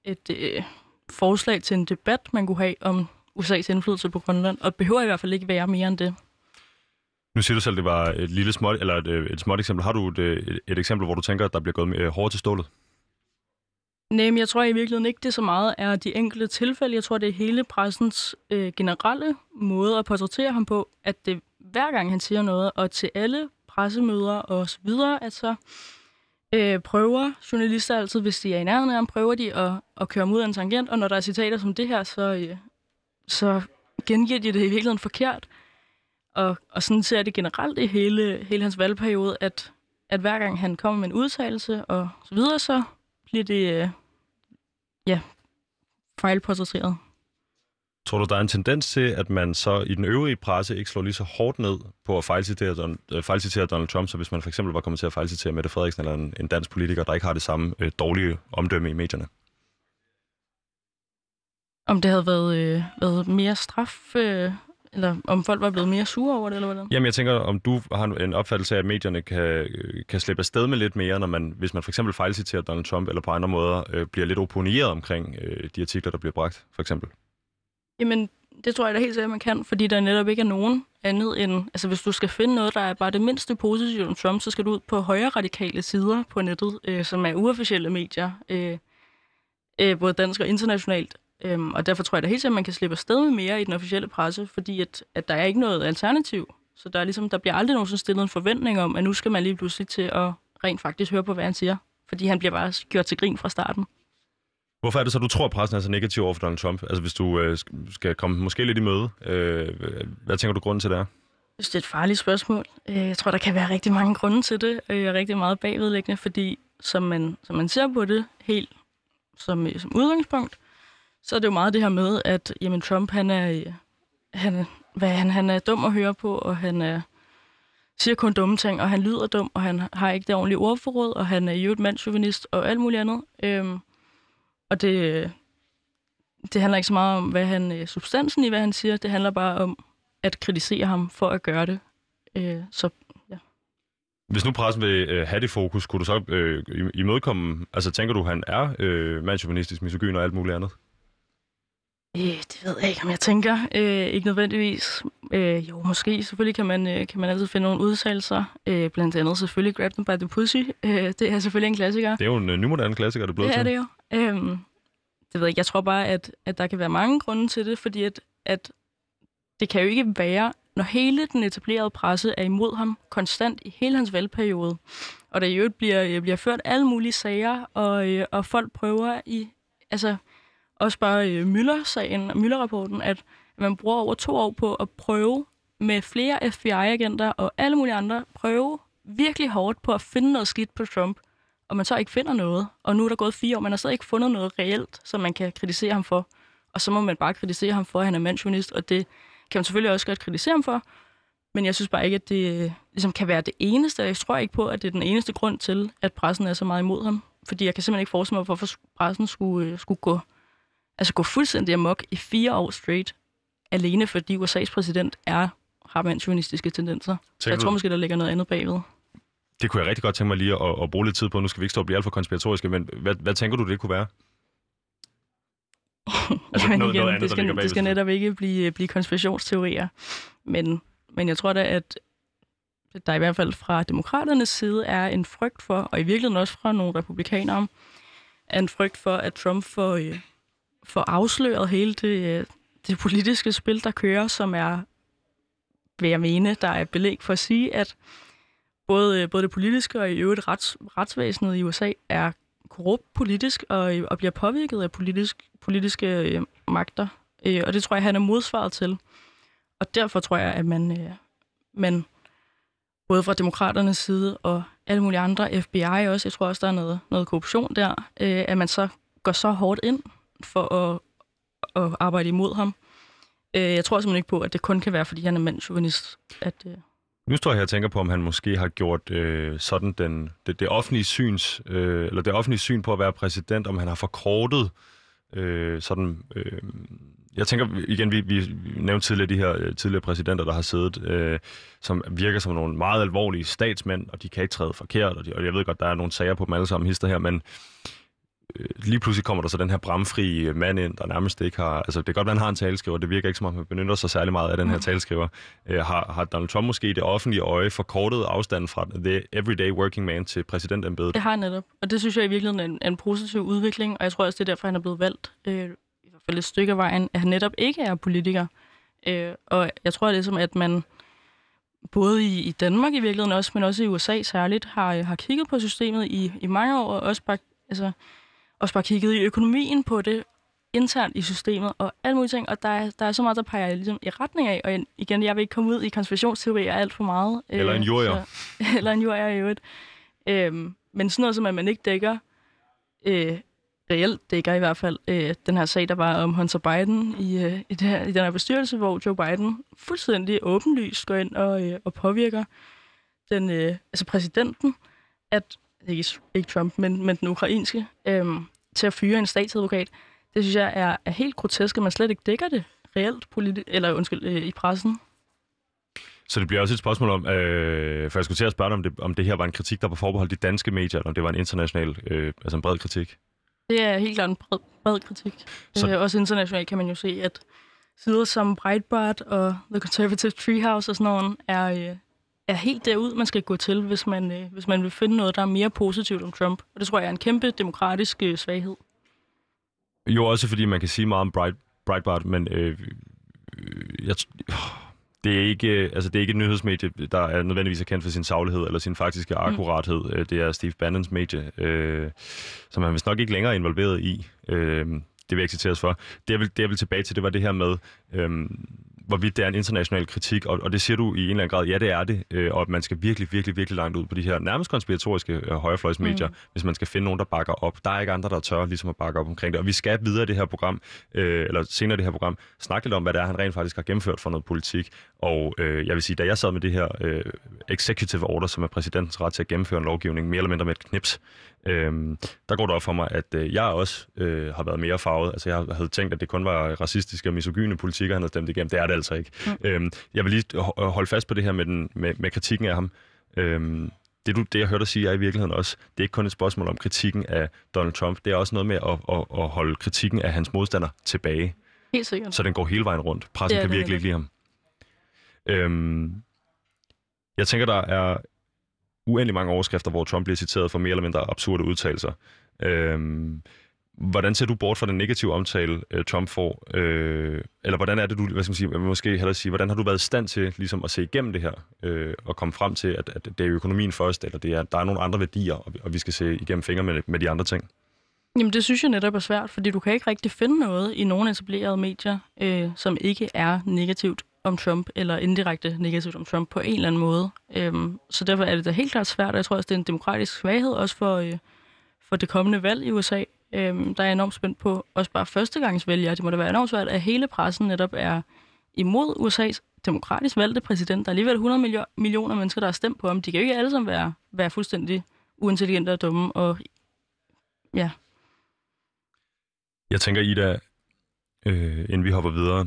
forslag til en debat, man kunne have om USA's indflydelse på Grønland, og det behøver i hvert fald ikke være mere end det. Nu siger du selv, at det var et småt eksempel. Har du et eksempel, hvor du tænker, at der bliver gået hårdt til stålet? Nej, men jeg tror i virkeligheden ikke, det så meget er de enkelte tilfælde. Jeg tror, det er hele pressens generelle måde at portrættere ham på, at det hver gang han siger noget, og til alle pressemøder og så videre, at så prøver journalister altid, hvis de er i nærheden af ham, prøver de at køre mod en tangent, og når der er citater som det her, så gengiver de det i virkeligheden forkert. Og sådan ser det generelt i hele hans valgperiode, at hver gang han kommer med en udtalelse og så videre, så bliver det fejlportrætteret. Tror du, der er en tendens til, at man så i den øvrige presse ikke slår lige så hårdt ned på at fejlcitere Donald Trump, så hvis man for eksempel var kommet til at fejlcitere Mette Frederiksen eller en dansk politiker, der ikke har det samme dårlige omdømme i medierne? Om det havde været mere straf, eller om folk var blevet mere sure over det, eller hvad? Jamen, jeg tænker, om du har en opfattelse af, at medierne kan slippe afsted med lidt mere, hvis man for eksempel fejlciterer Donald Trump, eller på andre måder bliver lidt opponeret omkring de artikler, der bliver bragt, for eksempel? Jamen, det tror jeg da helt sikkert, man kan, fordi der netop ikke er nogen andet end... Altså, hvis du skal finde noget, der er bare det mindste positive om Trump, så skal du ud på højre radikale sider på nettet, som er uofficielle medier, både dansk og internationalt. Og derfor tror jeg da helt sikkert, at man kan slippe afsted med mere i den officielle presse, fordi at der er ikke noget alternativ. Så der bliver aldrig nogensinde stillet en forventning om, at nu skal man lige pludselig til at rent faktisk høre på, hvad han siger. Fordi han bliver bare gjort til grin fra starten. Hvorfor er det så, du tror, at pressen er så negativ over for Donald Trump? Altså hvis du skal komme måske lidt i møde, hvad tænker du grunden til det er? Jeg synes, det er et farligt spørgsmål. Jeg tror, der kan være rigtig mange grunde til det, og rigtig meget bagvedliggende, fordi som man ser på det helt som udgangspunkt, så er det jo meget det her med, at jamen, Trump han er dum at høre på, og han siger kun dumme ting, og han lyder dum, og han har ikke det ordentlige ordforråd, og han er jo et mandschauvinist og alt muligt andet. Og det handler ikke så meget om, substansen i, hvad han siger. Det handler bare om at kritisere ham for at gøre det. Så ja. Hvis nu pressen vil have det fokus, kunne du så imødekomme... Altså, tænker du, han er mandschauvinistisk, misogyn og alt muligt andet? Det ved jeg ikke, om jeg tænker. Ikke nødvendigvis. Jo, måske. Selvfølgelig kan man altid finde nogle udtalelser. Blandt andet selvfølgelig Grab Them by the Pussy. Det er selvfølgelig en klassiker. Det er jo en nymoderne klassiker, det er blevet til. Det er det jo. Det ved jeg ikke. Jeg tror bare, at der kan være mange grunde til det, fordi at det kan jo ikke være, når hele den etablerede presse er imod ham konstant i hele hans valgperiode, og der jo bliver ført alle mulige sager, og folk prøver også bare Mueller-sagen og Mueller-rapporten, at man bruger over 2 år på at prøve med flere FBI-agenter og alle mulige andre, prøve virkelig hårdt på at finde noget skidt på Trump, og man så ikke finder noget. Og nu er der gået 4 år, man har stadig ikke fundet noget reelt, som man kan kritisere ham for. Og så må man bare kritisere ham for, at han er mandschauvinist, og det kan man selvfølgelig også godt kritisere ham for. Men jeg synes bare ikke, at det ligesom kan være det eneste. Jeg tror ikke på, at det er den eneste grund til, at pressen er så meget imod ham. Fordi jeg kan simpelthen ikke forestille mig, hvorfor pressen skulle gå fuldstændig amok i 4 år straight, alene fordi USA's præsident har mandschauvinistiske tendenser. Så jeg tror måske, der ligger noget andet bagved. Det kunne jeg rigtig godt tænke mig lige at bruge lidt tid på. Nu skal vi ikke stå og blive alt for konspiratoriske, men hvad tænker du, det kunne være? Altså det skal netop ikke blive konspirationsteorier. Men jeg tror da, at der i hvert fald fra demokraternes side er en frygt for, og i virkeligheden også fra nogle republikanere, er en frygt for, at Trump får afsløret hele det politiske spil, der kører, som er, vil jeg mene, der er belæg for at sige, at både det politiske og i øvrigt retsvæsenet i USA er korrupt politisk og bliver påvirket af politiske magter. Og det tror jeg, han er modsvaret til. Og derfor tror jeg, at man både fra demokraternes side og alle mulige andre, FBI også, jeg tror også, der er noget korruption der, at man så går så hårdt ind for at arbejde imod ham. Jeg tror simpelthen ikke på, at det kun kan være, fordi han er mandschauvinist. Nu står jeg her og tænker på, om han måske har gjort sådan det offentlige eller det offentlige syn på at være præsident, om han har forkortet jeg tænker igen, vi nævnte tidligere de her tidligere præsidenter, der har siddet, som virker som nogle meget alvorlige statsmænd, og de kan ikke træde forkert, og jeg ved godt, der er nogle sager på dem alle sammen hister her, men lige pludselig kommer der så den her bramfri mand ind, der nærmest ikke har... Altså, det kan godt være, han har en taleskriver, det virker ikke som om, han benytter sig særlig meget af den her taleskriver. Har Donald Trump måske i det offentlige øje forkortet afstanden fra the everyday working man til præsidentembedet? Det har netop, og det synes jeg i virkeligheden er en positiv udvikling, og jeg tror også, det er derfor, han er blevet valgt, i hvert fald et stykke af vejen, at han netop ikke er politiker. Og jeg tror, det er som, at man både i Danmark i virkeligheden også, men også i USA særligt, har kigget på systemet i mange år, og også bare kigget i økonomien på det internt i systemet og alle mulige ting, og der er så meget, der peger ligesom i retning af, og igen, jeg vil ikke komme ud i konspirationsteorier alt for meget. Eller en jurier. Eller en jurier i øvrigt. Men sådan noget som, at man ikke dækker, reelt dækker i hvert fald, den her sag, der var om Hunter Biden i den her bestyrelse, hvor Joe Biden fuldstændig åbenlyst går ind og påvirker præsidenten, at ikke Trump, men den ukrainske, til at fyre en statsadvokat. Det synes jeg er helt grotesk, at man slet ikke dækker det reelt i pressen. Så det bliver også et spørgsmål om, for jeg skulle til at spørge dig, om det her var en kritik, der var forbeholdt de danske medier, eller om det var en international, en bred kritik? Det er helt klart en bred kritik. Også internationalt kan man jo se, at sider som Breitbart og The Conservative Treehouse og sådan noget er helt derud, man skal gå til, hvis man vil finde noget, der er mere positivt om Trump. Og det tror jeg er en kæmpe demokratisk svaghed. Jo, også fordi man kan sige meget om Breitbart, men det er ikke et nyhedsmedie, der er nødvendigvis er kendt for sin saglighed eller sin faktiske akkurathed. Det er Steve Bannons medie, som han vist nok ikke længere er involveret i. Det vil jeg ikke citeres for. Det jeg vil tilbage til, det var det her med, hvorvidt det er en international kritik, og det siger du i en eller anden grad, ja, det er det, og at man skal virkelig, virkelig, virkelig langt ud på de her nærmest konspiratoriske højrefløjsmedier, hvis man skal finde nogen, der bakker op. Der er ikke andre, der tør ligesom at bakke op omkring det, og vi skal videre i det her program, eller senere i det her program, snakke lidt om, hvad det er, han rent faktisk har gennemført for noget politik, og jeg vil sige, da jeg sad med det her executive order, som er præsidentens ret til at gennemføre en lovgivning, mere eller mindre med et knips, der går det op for mig, at jeg også har været mere farvet. Altså jeg havde tænkt, at det kun var racistiske og misogyne politikker, han havde stemt igennem. Det er det altså ikke. Jeg vil lige holde fast på det her med kritikken af ham. Det jeg hørte dig sige er i virkeligheden også, det er ikke kun et spørgsmål om kritikken af Donald Trump, det er også noget med at holde kritikken af hans modstander tilbage. Helt sikkert. Så den går hele vejen rundt. Pressen kan virkelig ikke lide ham. Jeg tænker, der er uendelig mange overskrifter, hvor Trump bliver citeret for mere eller mindre absurde udtalelser. Hvordan ser du bort fra den negative omtale, Trump får? Eller hvordan er det, du, hvad skal man sige, måske hellere sige, hvordan har du været i stand til ligesom at se igennem det her, og komme frem til, at det er økonomien først, eller der er nogle andre værdier, og vi skal se igennem fingre med de andre ting? Jamen, det synes jeg netop er svært, fordi du kan ikke rigtig finde noget i nogle etablerede medier, som ikke er negativt om Trump, eller indirekte negativt om Trump på en eller anden måde. Så derfor er det da helt klart svært, og jeg tror også, det er en demokratisk svaghed også for det kommende valg i USA. Der er enormt spændt på også bare førstegangsvælgere. Det må da være enormt svært, at hele pressen netop er imod USA's demokratisk valgte præsident. Der er alligevel 100 millioner mennesker, der har stemt på ham. De kan jo ikke alle sammen være fuldstændig uintelligente og dumme. Og ja. Jeg tænker, Ida, inden vi hopper videre,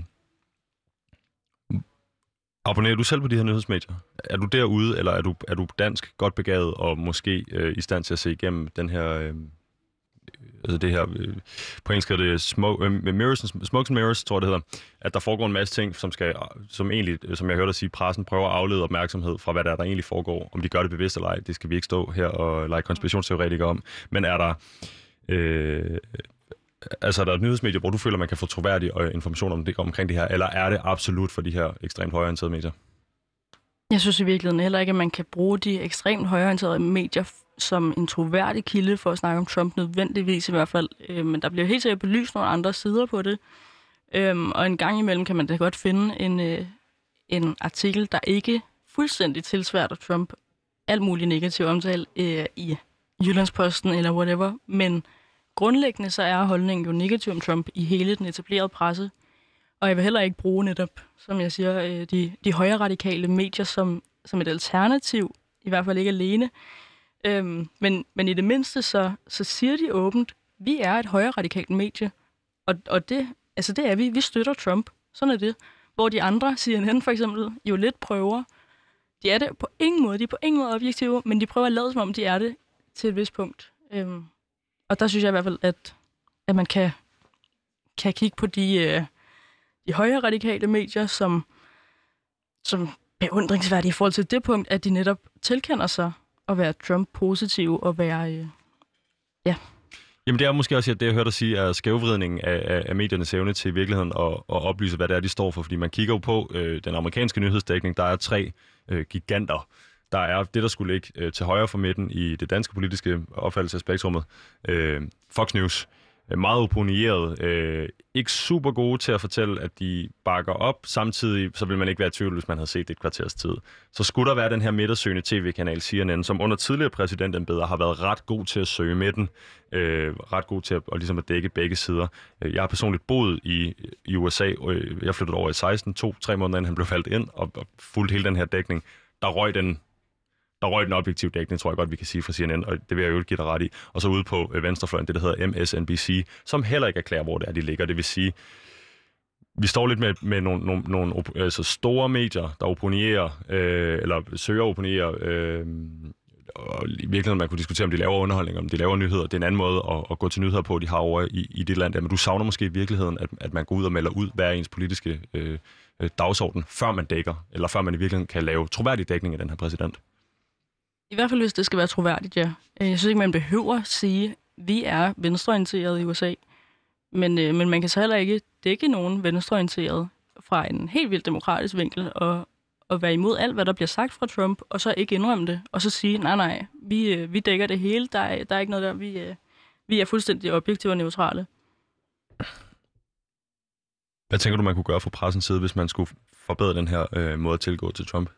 abonnerer du selv på de her nyhedsmedier? Er du derude, eller er du dansk godt begavet og måske i stand til at se igennem den her... det her, på engelsk er det Smokes and Mirrors, tror jeg det hedder, at der foregår en masse ting, som jeg hørte dig sige, pressen prøver at aflede opmærksomhed fra, hvad der egentlig foregår. Om de gør det bevidst eller ej, det skal vi ikke stå her og lege konspirationsteoretikere om. Men er der er der et nyhedsmedie, hvor du føler, man kan få troværdig information omkring det her, eller er det absolut for de her ekstremt højreorienterede medier? Jeg synes i virkeligheden heller ikke, at man kan bruge de ekstremt højreorienterede medier som en troværdig kilde for at snakke om Trump, nødvendigvis i hvert fald. Men der bliver helt sikkert belyst nogle andre sider på det. Og en gang imellem kan man da godt finde en artikel, der ikke fuldstændig tilsværter Trump alt muligt negativ omtale i Jyllandsposten eller whatever. Men grundlæggende så er holdningen jo negativ om Trump i hele den etablerede presse. Og jeg vil heller ikke bruge netop, som jeg siger, de højre radikale medier som et alternativ, i hvert fald ikke alene. Men i det mindste, så siger de åbent, vi er et højre radikalt medie, og det er vi. Vi støtter Trump. Sådan er det. Hvor de andre, CNN for eksempel, jo lidt prøver. De er det på ingen måde. De er på ingen måde objektive, men de prøver at lade som om, de er det til et vist punkt. Og der synes jeg i hvert fald, at man kan kigge på de højre radikale medier, som beundringsværdige i forhold til det punkt, at de netop tilkender sig at være Trump-positiv og være... Jamen det er måske også, at det jeg hørte dig sige, er skævvridningen af mediernes evne til i virkeligheden at oplyse, hvad det er, de står for. Fordi man kigger jo på den amerikanske nyhedsdækning, der er 3 giganter. Der er det, der skulle ligge til højre for midten i det danske politiske opfattelse af spektrummet. Fox News. Meget opponeret. Ikke super gode til at fortælle, at de bakker op. Samtidig så vil man ikke være i tvivl, hvis man havde set det et kvarters tid. Så skulle der være den her midtersøgende tv-kanal CNN, som under tidligere præsidentembeder har været ret god til at søge midten. Ret god til at ligesom at dække begge sider. Jeg har personligt boet i USA. Jeg flyttede over i 16, 2-3 måneder inden han blev valgt ind, og fulgte hele den her dækning. Der røg den objektiv dækning, tror jeg godt, vi kan sige fra CNN, og det vil jeg jo ikke give dig ret i. Og så ude på venstrefløjen, det der hedder MSNBC, som heller ikke erklærer, hvor det er, de ligger. Det vil sige, vi står lidt med nogle altså store medier, der opponerer, eller søger at opponere, og i virkeligheden, man kunne diskutere, om de laver underholdning, om de laver nyheder. Det er en anden måde at gå til nyheder på, de har over i det land der. Men du savner måske i virkeligheden, at man går ud og melder ud, hvad er ens politiske dagsorden, før man dækker, eller før man i virkeligheden kan lave troværdig dækning af den her præsident. I hvert fald, hvis det skal være troværdigt, ja. Jeg synes ikke, man behøver at sige, at vi er venstreorienterede i USA. Men man kan så heller ikke dække nogen venstreorienteret fra en helt vildt demokratisk vinkel og være imod alt, hvad der bliver sagt fra Trump, og så ikke indrømme det, og så sige, nej, vi dækker det hele, der er ikke noget der, vi er fuldstændig objektive og neutrale. Hvad tænker du, man kunne gøre fra pressens side, hvis man skulle forbedre den her måde at tilgå Trump?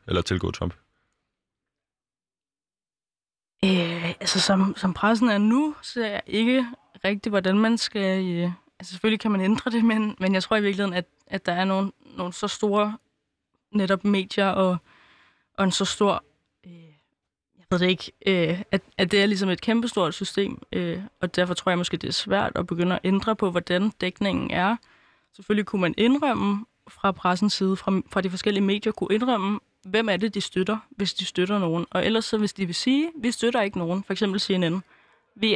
Altså, som pressen er nu, så er jeg ikke rigtigt, hvordan man skal... altså, selvfølgelig kan man ændre det, men jeg tror i virkeligheden, at der er nogle så store netop medier og en så stor... jeg ved det ikke, at det er ligesom et kæmpestort system, og derfor tror jeg måske, det er svært at begynde at ændre på, hvordan dækningen er. Selvfølgelig kunne man indrømme fra pressens side, fra de forskellige medier, kunne indrømme, hvem er det, de støtter, hvis de støtter nogen. Og ellers så, hvis de vil sige, vi støtter ikke nogen, for eksempel CNN, vi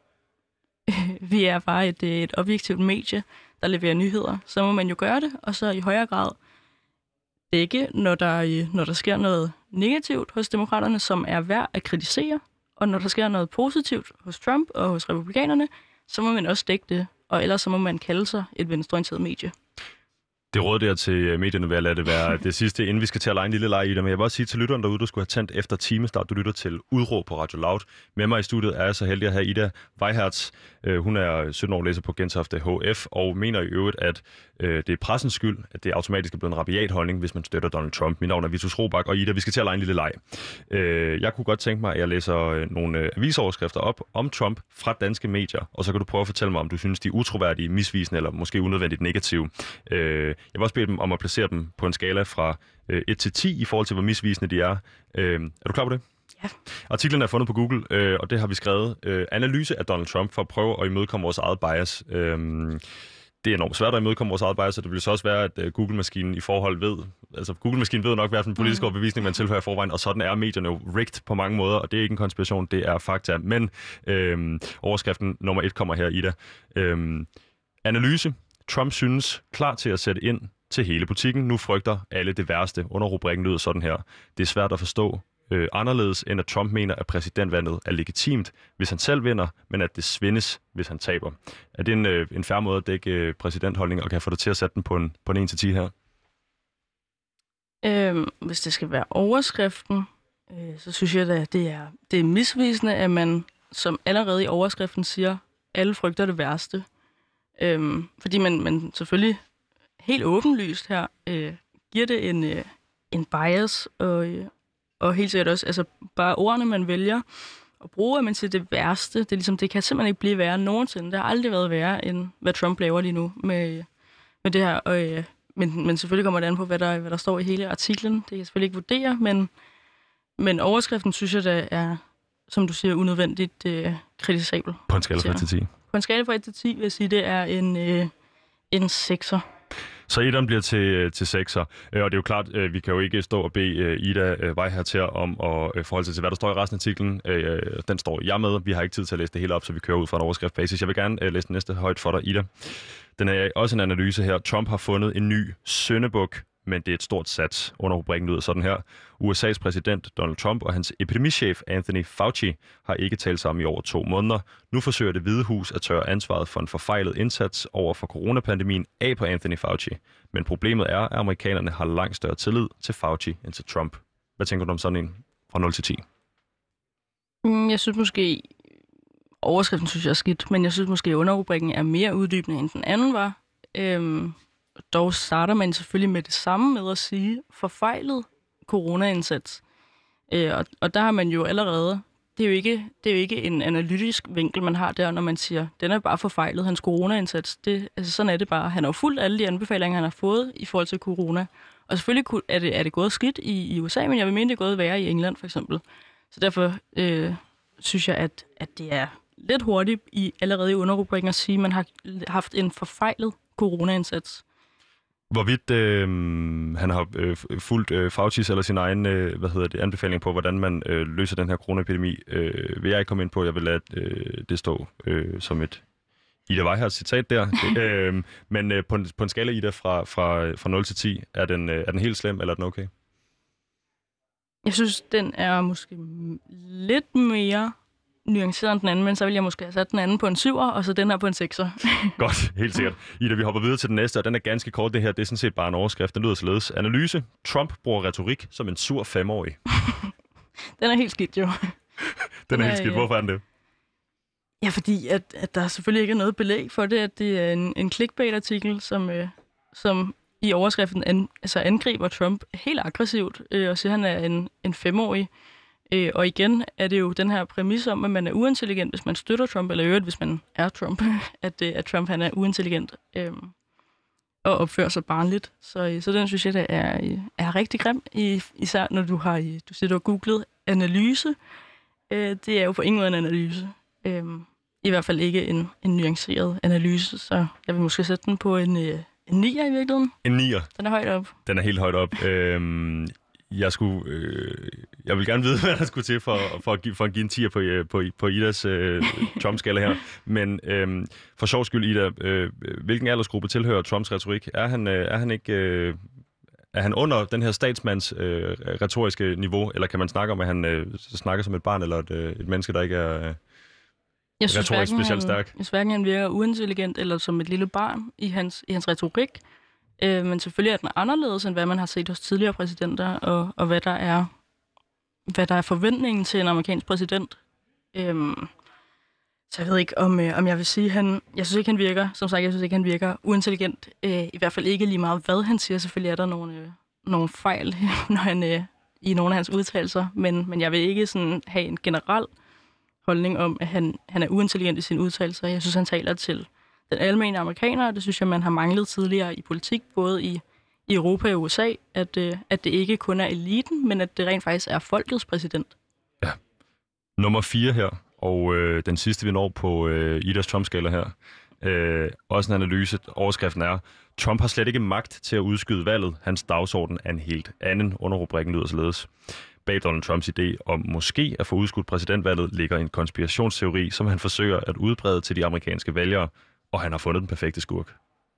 er bare et objektivt medie, der leverer nyheder, så må man jo gøre det, og så i højere grad dække, når der sker noget negativt hos demokraterne, som er værd at kritisere, og når der sker noget positivt hos Trump og hos republikanerne, så må man også dække det, og ellers så må man kalde sig et venstreorienteret medie. Det råd der til medierne ved at lade det være det sidste, inden vi skal til at lege en lille leg i det. Men jeg vil også sige til lytteren derude, du skulle have tændt efter timestart. Du lytter til Udråb på Radio Loud. Med mig i studiet er jeg så heldig at have Ida Weihertz. Hun er 17 år, læser på Gentofte HF og mener i øvrigt, at det er pressens skyld, at det automatisk er blevet en rabiat holdning, hvis man støtter Donald Trump. Mit navn er Vitus Robak, og Ida, vi skal til at lege en lille leg. Jeg kunne godt tænke mig, at jeg læser nogle avisoverskrifter op om Trump fra danske medier, og så kan du prøve at fortælle mig, om du synes, de er utroværdige, misvisende eller måske unødvendigt negative. Jeg vil også bede dem om at placere dem på en skala fra 1 til 10 i forhold til, hvor misvisende de er. Er du klar på det? Ja. Artiklen er fundet på Google, og det har vi skrevet. Analyse af Donald Trump for at prøve at imødekomme vores eget bias. Det er enormt svært at imødekomme vores eget bias, og det vil så også være, at Google-maskinen i forhold ved... Altså, Google-maskinen ved nok, hvad for en politisk overbevisning man tilhører i forvejen, og sådan er medierne jo rigged på mange måder, og det er ikke en konspiration, det er fakta. Men overskriften nummer 1 kommer her, Ida. Analyse. Trump synes klar til at sætte ind til hele butikken. Nu frygter alle det værste. Under rubrikken lyder sådan her. Det er svært at forstå anderledes, end at Trump mener, at præsidentvalget er legitimt, hvis han selv vinder, men at det svindes, hvis han taber. Er det en fair måde at dække præsidentholdning, og kan jeg få dig til at sætte den på en 1-10 her? Hvis det skal være overskriften, så synes jeg, at det er misvisende, at man som allerede i overskriften siger, alle frygter det værste. Fordi man selvfølgelig helt åbenlyst her giver det en bias, og helt sikkert også, altså bare ordene, man vælger at bruge, at man siger det værste, det er ligesom, det kan simpelthen ikke blive værre nogensinde. Det har aldrig været værre, end hvad Trump laver lige nu med det her. Men selvfølgelig kommer det an på, hvad der står i hele artiklen. Det kan jeg selvfølgelig ikke vurdere, men overskriften synes jeg, der er, som du siger, unødvendigt kritisabel. På en skala fra 1 til 10? På en skala fra 1 til 10 vil jeg sige, det er en 6'er. Så etteren bliver til 6'er, og det er jo klart, vi kan jo ikke stå og bede Ida Weihertz her om at forholde sig til, hvad der står i resten af artiklen. Den står jeg med. Vi har ikke tid til at læse det hele op, så vi kører ud fra en overskriftbasis. Jeg vil gerne læse den næste højt for dig, Ida. Den er også en analyse her. Trump har fundet en ny syndebuk, men det er et stort sats. Under rubrikken lyder sådan her. USA's præsident Donald Trump og hans epidemichef Anthony Fauci har ikke talt sammen i over 2 måneder. Nu forsøger Det Hvide Hus at tørre ansvaret for en forfejlet indsats over for coronapandemien af på Anthony Fauci. Men problemet er, at amerikanerne har langt større tillid til Fauci end til Trump. Hvad tænker du om sådan en fra 0 til 10? Jeg synes måske, overskriften synes jeg er skidt, men jeg synes måske, at underrubrikken er mere uddybende, end den anden var. Dog starter man selvfølgelig med det samme med at sige forfejlet coronaindsats. Og der har man jo allerede, det er jo ikke en analytisk vinkel, man har der, når man siger, den er bare forfejlet, hans coronaindsats. Sådan er det bare. Han har jo fulgt alle de anbefalinger, han har fået i forhold til corona. Og selvfølgelig er det gået skidt i USA, men jeg vil mene, det er gået værre i England for eksempel. Så derfor synes jeg, at det er lidt hurtigt allerede i underrubrikken at sige, at man har haft en forfejlet coronaindsats. Hvorvidt han har fulgt Fauci's eller sin egen anbefaling på, hvordan man løser den her coronaepidemi, vil jeg ikke komme ind på. Jeg vil lade det stå som et Ida Weihertz citat der. Men på en skala, Ida, fra 0 til 10, er den helt slem, eller er den okay? Jeg synes, den er måske lidt mere nuanceret end den anden, men så vil jeg måske have sat den anden på en 7'er, og så den her på en 6'er. Godt, helt sikkert. Ida, vi hopper videre til den næste, og den er ganske kort. Det her, det er sådan set bare en overskrift. Den lyder således. Analyse. Trump bruger retorik som en sur 5-årig. Den er helt skidt, jo. Den er helt skidt. Hvorfor er den det? Ja, fordi at der selvfølgelig ikke er noget belæg for det, at det er en clickbait-artikel, som i overskriften angriber Trump helt aggressivt, og siger, at han er en 5-årig. Og igen er det jo den her præmis om, at man er uintelligent, hvis man støtter Trump, eller i øvrigt, hvis man er Trump, at Trump han er uintelligent og opfører sig barnligt. Så den synes jeg, der er rigtig grim, især når du siger, du har googlet analyse. Det er jo på ingen måde en analyse. I hvert fald ikke en nuanceret analyse, så jeg vil måske sætte den på en 9'er i virkeligheden. En 9'er? Den er højt op. Den er helt højt op. Jeg vil gerne vide, hvad der skulle til for at give en 10'er på Idas Trump-skala her. Men for sjov skyld, Ida, hvilken aldersgruppe tilhører Trumps retorik? Er han under den her statsmands retoriske niveau, eller kan man snakke om, at han snakker som et barn eller et menneske, der ikke er retorisk specielt stærk? Jeg synes hverken, han virker uintelligent eller som et lille barn i hans retorik. Men selvfølgelig er den anderledes, end hvad man har set hos tidligere præsidenter, og hvad der er forventningen til en amerikansk præsident. Så jeg ved ikke, om jeg vil sige, jeg synes ikke, han virker, som sagt, han virker uintelligent. I hvert fald ikke lige meget, hvad han siger. Selvfølgelig er der nogle fejl når han, i nogle af hans udtalelser, men jeg vil ikke sådan have en generel holdning om, at han er uintelligent i sine udtalelser. Jeg synes, han taler til den almene amerikaner, og det synes jeg, man har manglet tidligere i politik, både i Europa og USA, at det ikke kun er eliten, men at det rent faktisk er folkets præsident. Ja. Nummer 4 her, og den sidste, vi når på Idas Trump-skala her. Også en analyse. Overskriften er, Trump har slet ikke magt til at udskyde valget. Hans dagsorden er en helt anden. Underrubrikken lyder således. Bag Donald Trumps idé om måske at få udskudt præsidentvalget ligger en konspirationsteori, som han forsøger at udbrede til de amerikanske vælgere, og han har fundet den perfekte skurk.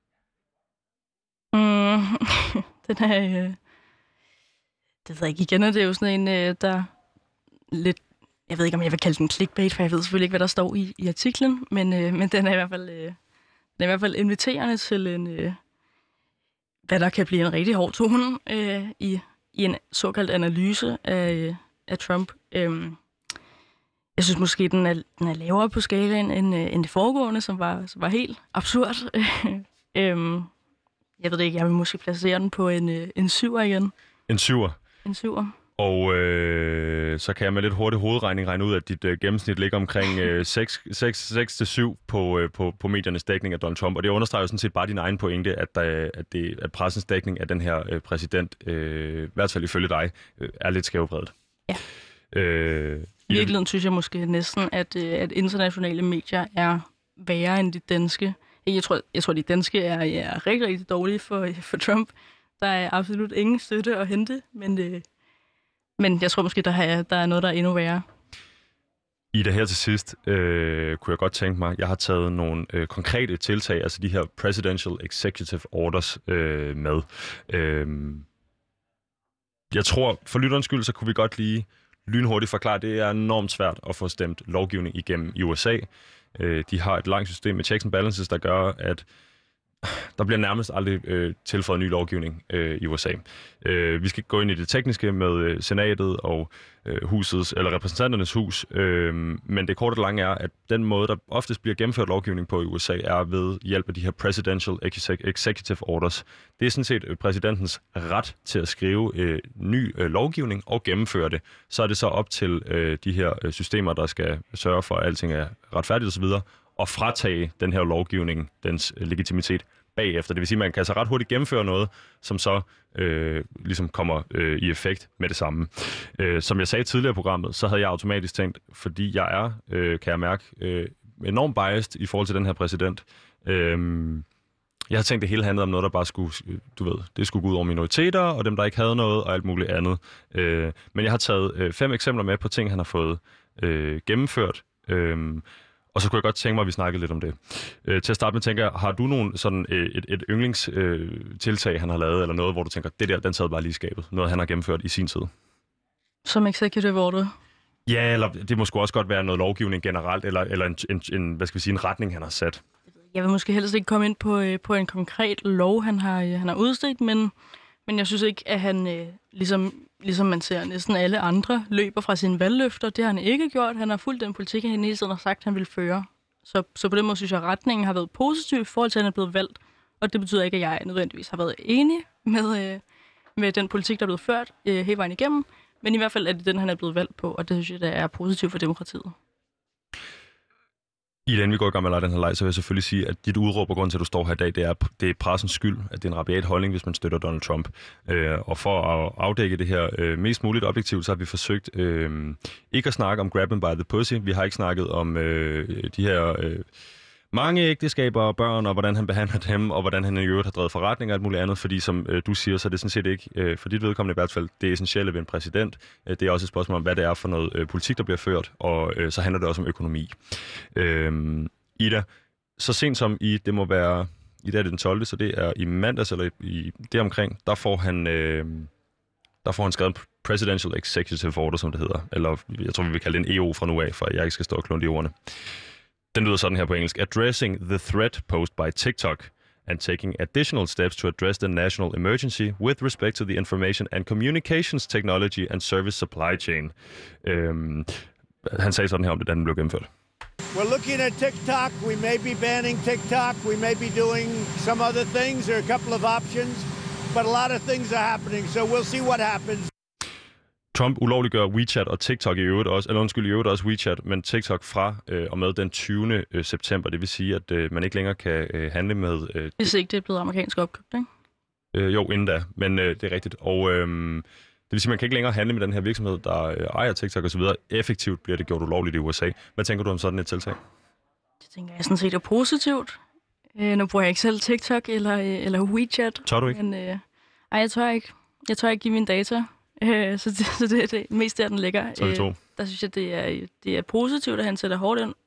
Den er... det ved jeg ikke. Igen er det jo sådan en, der lidt... Jeg ved ikke, om jeg vil kalde den clickbait, for jeg ved selvfølgelig ikke, hvad der står i artiklen, men den er i hvert fald inviterende til hvad der kan blive en rigtig hård tone i en såkaldt analyse af Trump. Jeg synes måske, den er lavere på skalaen end det foregående, som var helt absurd. Jeg ved det ikke, jeg vil måske placere den på en 7'er igen. En 7'er? En 7'er. Og så kan jeg med lidt hurtig hovedregning regne ud, at dit gennemsnit ligger omkring 6-7 på mediernes dækning af Donald Trump. Og det understreger jo sådan set bare din egen pointe, at pressens dækning af den her præsident, i hvert fald ifølge dig, er lidt skævbredet. Ja. I virkeligheden synes jeg måske næsten, at internationale medier er værre end de danske. Jeg tror de danske er rigtig, rigtig dårlige for Trump. Der er absolut ingen støtte at hente, men jeg tror måske, der er noget, der er endnu værre. Ida, her til sidst kunne jeg godt tænke mig, jeg har taget nogle konkrete tiltag, altså de her Presidential Executive Orders med. Jeg tror, for lytterens skyld, så kunne vi godt lige lynhurtigt forklare, det er enormt svært at få stemt lovgivning igennem i USA. De har et langt system med checks and balances, der gør, at der bliver nærmest aldrig tilføjet ny lovgivning i USA. Vi skal gå ind i det tekniske med senatet og husets eller repræsentanternes hus, men det korte og lange er, at den måde, der oftest bliver gennemført lovgivning på i USA, er ved hjælp af de her Presidential Executive Orders. Det er sådan set præsidentens ret til at skrive ny lovgivning og gennemføre det. Så er det så op til de her systemer, der skal sørge for, at alting er retfærdigt osv., og fratage den her lovgivning dens legitimitet bagefter. Det vil sige, at man kan så ret hurtigt gennemføre noget, som så ligesom kommer i effekt med det samme. Som jeg sagde tidligere i programmet, så havde jeg automatisk tænkt, fordi jeg er, kan jeg mærke, enormt biased i forhold til den her præsident. Jeg havde tænkt, det hele handlede om noget, der bare skulle, det skulle gå ud over minoriteter, og dem, der ikke havde noget, og alt muligt andet. Men jeg har taget 5 eksempler med på ting, han har fået gennemført. Og så kunne jeg godt tænke mig, at vi snakkede lidt om det. Til at starte med, tænker jeg, har du nogen sådan et yndlingstiltag, han har lavet, eller noget, hvor du tænker, det der, den sad bare lige i skabet? Noget, han har gennemført i sin tid? Som executive order? Ja, eller det må sgu også godt være noget lovgivning generelt, eller en hvad skal vi sige, en retning, han har sat. Jeg vil måske helst ikke komme ind på en konkret lov, han har udstedt, men jeg synes ikke, at han, ligesom man ser næsten alle andre, løber fra sine valgløfter. Det har han ikke gjort. Han har fulgt den politik, han hele tiden har sagt, han vil føre. Så på den måde synes jeg, at retningen har været positiv i forhold til, at han er blevet valgt. Og det betyder ikke, at jeg nødvendigvis har været enig med den politik, der er blevet ført hele vejen igennem. Men i hvert fald er det den, han er blevet valgt på, og det synes jeg, der er positivt for demokratiet. Inden vi går i gang med at lege den her leg, så vil jeg selvfølgelig sige, at dit udråb og grund til, at du står her i dag, det er pressens skyld, at det er en rabiat holdning, hvis man støtter Donald Trump. Og for at afdække det her mest muligt objektivt, så har vi forsøgt ikke at snakke om grab 'em by the pussy. Vi har ikke snakket om de her mange ægteskaber og børn, og hvordan han behandler dem, og hvordan han i øvrigt har drevet forretninger og alt muligt andet, fordi som du siger, så er det sådan set ikke, for dit vedkommende i hvert fald, det essentielle ved en præsident. Det er også et spørgsmål om, hvad det er for noget politik, der bliver ført, og så handler det også om økonomi. Ida, så sent som det må være, i dag er det den 12., så det er i mandags, eller i det omkring, der får han skrevet en Presidential Executive Order, som det hedder, eller jeg tror, vi vil kalde det en EO fra nu af, for jeg ikke skal stå og klunde i ordene. Den lyder sådan her på engelsk. Addressing the threat posed by TikTok and taking additional steps to address the national emergency with respect to the information and communications technology and service supply chain. Han sagde sådan her om det, da den blev gennemført. We're looking at TikTok. We may be banning TikTok. We may be doing some other things. There are a couple of options, but a lot of things are happening, so we'll see what happens. Trump ulovliggør WeChat og TikTok i øvrigt også WeChat, men TikTok fra og med den 20. september. Det vil sige, at man ikke længere kan handle med... Hvis ikke det er blevet amerikansk opkøbt, ikke? Jo, inden da, men det er rigtigt. Og det vil sige, at man kan ikke længere handle med den her virksomhed, der ejer TikTok osv. Effektivt bliver det gjort ulovligt i USA. Hvad tænker du om sådan et tiltag? Det tænker jeg sådan set er positivt. Nu bruger jeg ikke selv TikTok eller WeChat. Tør du ikke? Men, jeg tør ikke. Jeg tør ikke give mine data. Så det er det mest der, den ligger. Der synes jeg, det er positivt, at han sætter hårdt ind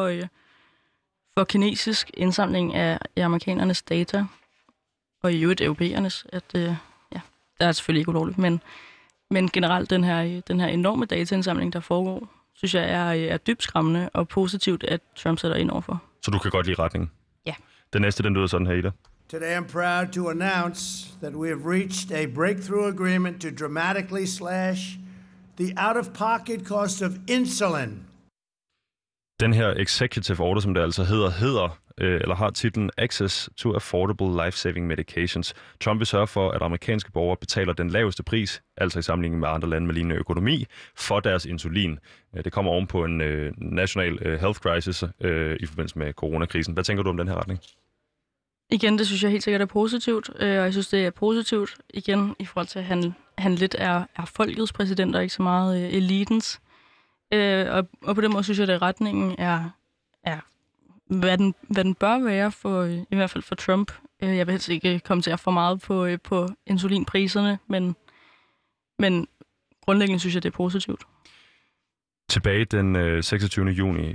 for kinesisk indsamling af amerikanernes data, og i øvrigt europæernes. Der er selvfølgelig ikke ulovligt, men generelt den her enorme dataindsamling, der foregår, synes jeg er dybt skræmmende og positivt, at Trump sætter ind overfor. Så du kan godt lide retningen? Ja. Den næste, den lyder sådan her, Ida. Today I'm proud to announce that we have reached a breakthrough agreement to dramatically slash the out-of-pocket cost of insulin. Den her executive order, som det altså hedder eller har titlen Access to Affordable Life-Saving Medications. Trump vil sørge for, at amerikanske borgere betaler den laveste pris, altså i sammenligning med andre lande med lignende økonomi, for deres insulin. Det kommer oven på en national health crisis i forbindelse med coronakrisen. Hvad tænker du om den her retning? Igen, det synes jeg helt sikkert er positivt, og jeg synes, det er positivt igen i forhold til, at han lidt er folkets præsident, og ikke så meget elitens. Og på den måde synes jeg, at retningen er hvad den bør være, i hvert fald for Trump. Jeg vil helst ikke kommentere for meget på insulinpriserne, men grundlæggende synes jeg, det er positivt. Tilbage den 26. juni,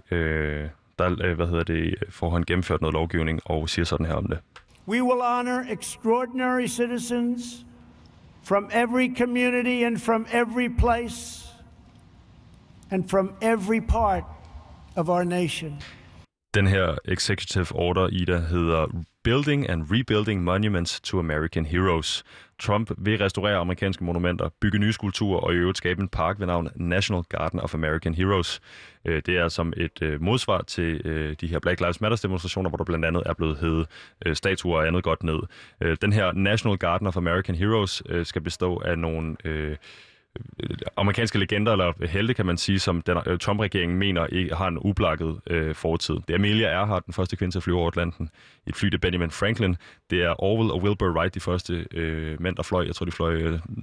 får han gennemført noget lovgivning og siger sådan her om det. We will honor extraordinary citizens from every community and from every place and from every part of our nation. Den her executive order, Ida, hedder Building and Rebuilding Monuments to American Heroes. Trump vil restaurere amerikanske monumenter, bygge nye skulpturer og i øvrigt skabe en park ved navn National Garden of American Heroes. Det er som et modsvar til de her Black Lives Matter-demonstrationer, hvor der blandt andet er blevet hævet statuer og andet godt ned. Den her National Garden of American Heroes skal bestå af nogle amerikanske legender, eller helte, kan man sige, som Trump-regeringen mener ikke har en ublakket fortid. Det er Amelia Earhart, den første kvinde til at flyve over Atlanten. Et fly, det er Benjamin Franklin. Det er Orville og Wilbur Wright, de første mænd, der fløj. Jeg tror, de fløj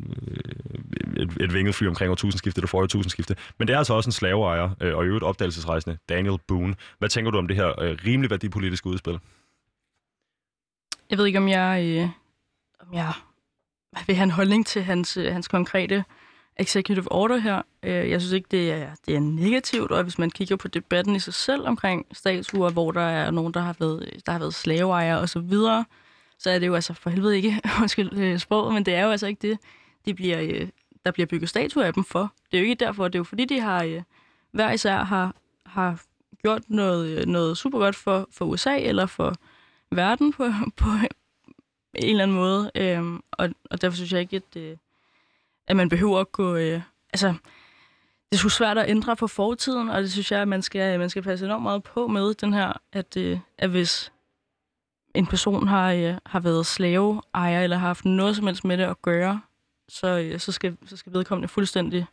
et vinget fly omkring årtusindskiftet, der forrige årtusindskiftet. Men det er altså også en slaveejer, og i øvrigt opdagelsesrejsende, Daniel Boone. Hvad tænker du om det her rimelig værdipolitiske udspil? Jeg ved ikke, om jeg vil have en holdning til hans konkrete executive order her. Jeg synes ikke, det er negativt, og hvis man kigger på debatten i sig selv omkring statuer, hvor der er nogen, der har været slaveejere og så videre, så er det jo altså for helvede ikke, undskyld sproget, men det er jo altså ikke det. der bliver bygget statuer af dem for. Det er jo ikke derfor, det er jo fordi, de har hver især har gjort noget super godt for USA eller for verden på en eller anden måde. Og derfor synes jeg ikke, at man behøver at gå... det er sgu svært at ændre på fortiden, og det synes jeg, at man skal passe enormt meget på med den her, at hvis en person har været slaveejer eller har haft noget som helst med det at gøre, så skal vedkommende fuldstændig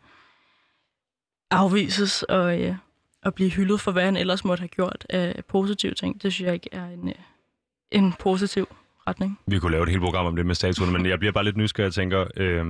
afvises og blive hyldet for, hvad han ellers måtte have gjort af positive ting. Det synes jeg ikke er en positiv retning. Vi kunne lave et helt program om det med statuerne, men jeg bliver bare lidt nysgerrig og tænker,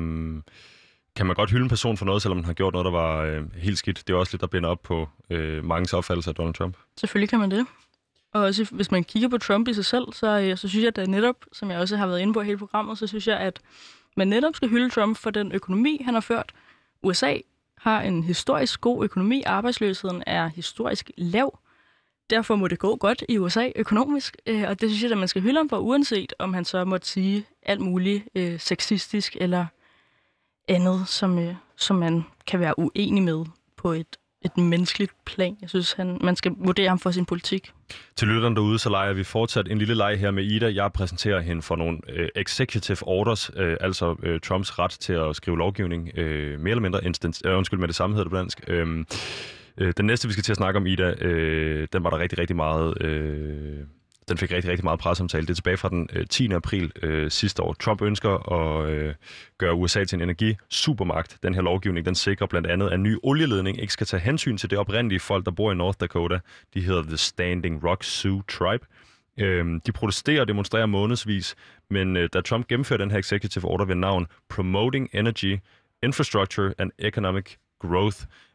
kan man godt hylde en person for noget, selvom man har gjort noget, der var helt skidt? Det er også lidt, der binder op på manges opfattelse af Donald Trump. Selvfølgelig kan man det. Og også hvis man kigger på Trump i sig selv, så synes jeg, at netop, som jeg også har været inde på i hele programmet, så synes jeg, at man netop skal hylde Trump for den økonomi, han har ført. USA har en historisk god økonomi. Arbejdsløsheden er historisk lav. Derfor må det gå godt i USA økonomisk. Og det synes jeg, at man skal hylde ham for, uanset om han så måtte sige alt muligt sexistisk eller andet, som man kan være uenig med på et menneskeligt plan. Jeg synes, man skal vurdere ham for sin politik. Til lytterne derude, så leger vi fortsat en lille leg her med Ida. Jeg præsenterer hende for nogle executive orders, altså Trumps ret til at skrive lovgivning, mere eller mindre med det samme hedder det på dansk. Den næste, vi skal til at snakke om, Ida, den var der rigtig meget... Den fik rigtig meget presseomtale. Det er tilbage fra den 10. april sidste år. Trump ønsker at gøre USA til en energi-supermagt. Den her lovgivning, den sikrer blandt andet, at en ny olieledning ikke skal tage hensyn til det oprindelige folk, der bor i North Dakota. De hedder The Standing Rock Sioux Tribe. De protesterer og demonstrerer månedsvis, men da Trump gennemfører den her executive order ved navn Promoting Energy, Infrastructure and Economic Growth,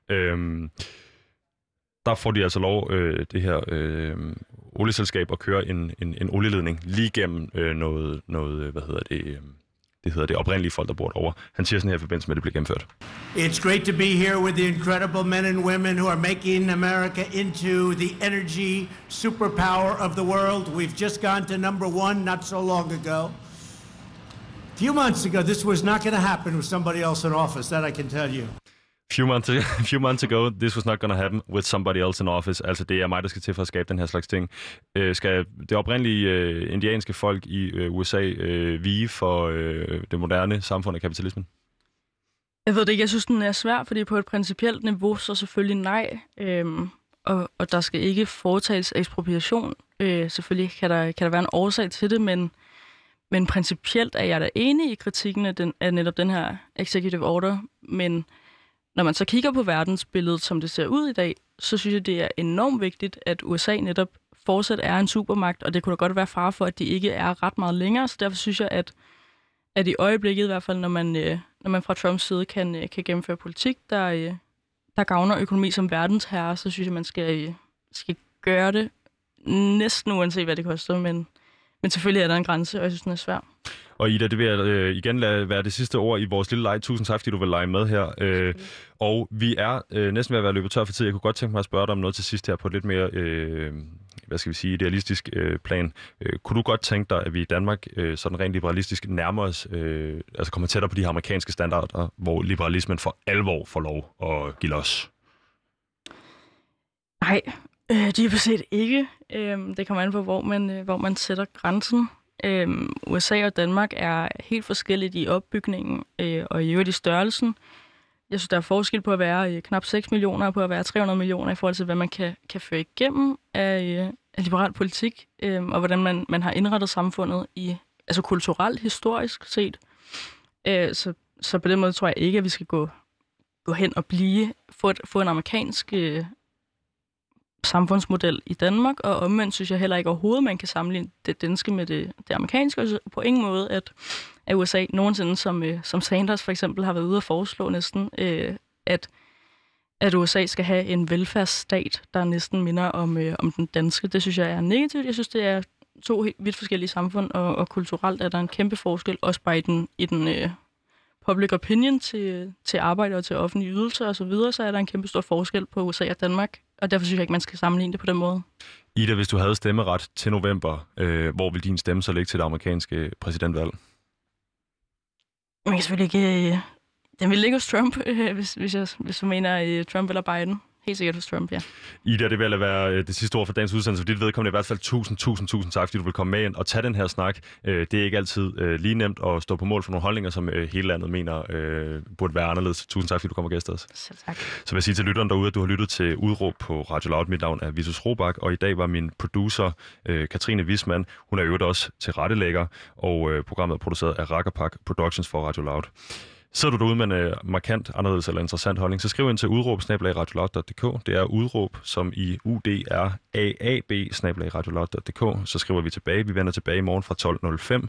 der får de altså lov, det her olieselskab, at køre en olieledning lige gennem noget det hedder det oprindelige folk, der bor derovre. Han siger sådan her i forbindelse med, at det bliver gennemført. It's great to be here with the incredible men and women who are making America into the energy superpower of the world. We've just gone to number one not so long ago. A few months ago, this was not going to happen with somebody else in office, that I can tell you. Few months ago, this was not going to happen with somebody else in office. Altså, det er mig, der skal til for at skabe den her slags ting. Skal det oprindelige indianske folk i USA vige for det moderne samfund af kapitalismen? Jeg ved det ikke. Jeg synes, den er svær, fordi på et principielt niveau, så selvfølgelig nej. Og der skal ikke foretages ekspropriation. Selvfølgelig kan der være en årsag til det, men principielt er jeg da enig i kritikken af netop den her executive order. Men når man så kigger på verdensbilledet, som det ser ud i dag, så synes jeg, det er enormt vigtigt, at USA netop fortsat er en supermagt, og det kunne da godt være fare for, at de ikke er ret meget længere. Så derfor synes jeg, at i øjeblikket i hvert fald, når man fra Trumps side kan gennemføre politik, der gavner økonomi som verdensherre, så synes jeg, man skal gøre det næsten uanset, hvad det koster. Men selvfølgelig er der en grænse, og jeg synes, den er svær. Og Ida, det vil igen lade være det sidste ord i vores lille leg. Tusind tak, fordi du vil lege med her. Og vi er næsten ved at være løbet tør for tid. Jeg kunne godt tænke mig at spørge dig om noget til sidst her på et lidt mere, idealistisk plan. Kunne du godt tænke dig, at vi i Danmark sådan rent liberalistisk nærmer os, altså kommer tættere på de her amerikanske standarder, hvor liberalismen for alvor får lov at give los? Nej, dybest set ikke. Det kommer an på, hvor man sætter grænsen. USA og Danmark er helt forskelligt i opbygningen og i øvrigt i størrelsen. Jeg synes, der er forskel på at være knap 6 millioner og på at være 300 millioner i forhold til, hvad man kan føre igennem af liberal politik, og hvordan man har indrettet samfundet altså kulturelt, historisk set. Så på den måde tror jeg ikke, at vi skal gå hen og få en amerikansk samfundsmodel i Danmark, og omvendt synes jeg heller ikke overhovedet, man kan sammenligne det danske med det amerikanske, og på ingen måde, at USA nogensinde, som Sanders for eksempel har været ude at foreslå næsten, at USA skal have en velfærdsstat, der næsten minder om den danske. Det synes jeg er negativt. Jeg synes, det er to vidt forskellige samfund, og kulturelt er der en kæmpe forskel, også bare i den public opinion til arbejde og til offentlige ydelser osv., så er der en kæmpe stor forskel på USA og Danmark. Og derfor synes jeg ikke, man skal sammenligne det på den måde. Ida, hvis du havde stemmeret til november, hvor vil din stemme så ligge til det amerikanske præsidentvalg? Man kan selvfølgelig ikke Den vil ligge hos Trump, hvis du mener Trump eller Biden. Helt sikkert hos Trump, ja. Ida, det vil være det sidste ord for dagens udsendelse, for dit vedkommende i hvert fald tusind tak, fordi du vil komme med ind og tage den her snak. Det er ikke altid lige nemt at stå på mål for nogle holdninger, som hele landet mener burde være anderledes. Tusind tak, fordi du kommer og gæster os. Selv tak. Så vil jeg sige til lytteren derude, at du har lyttet til Udråb på Radio Loud. Mit navn er Vitus Robak, og i dag var min producer Katrine Wismann. Hun er øvrigt også tilrettelægger, og programmet er produceret af Rakkerpak Productions for Radio Loud. Sidder du derude med en markant, anderledes eller interessant holdning, så skriv ind til udråb@radioloud.dk. Det er udråb, som i UDRAAB @radioloud.dk. Så skriver vi tilbage. Vi vender tilbage i morgen fra 12.05.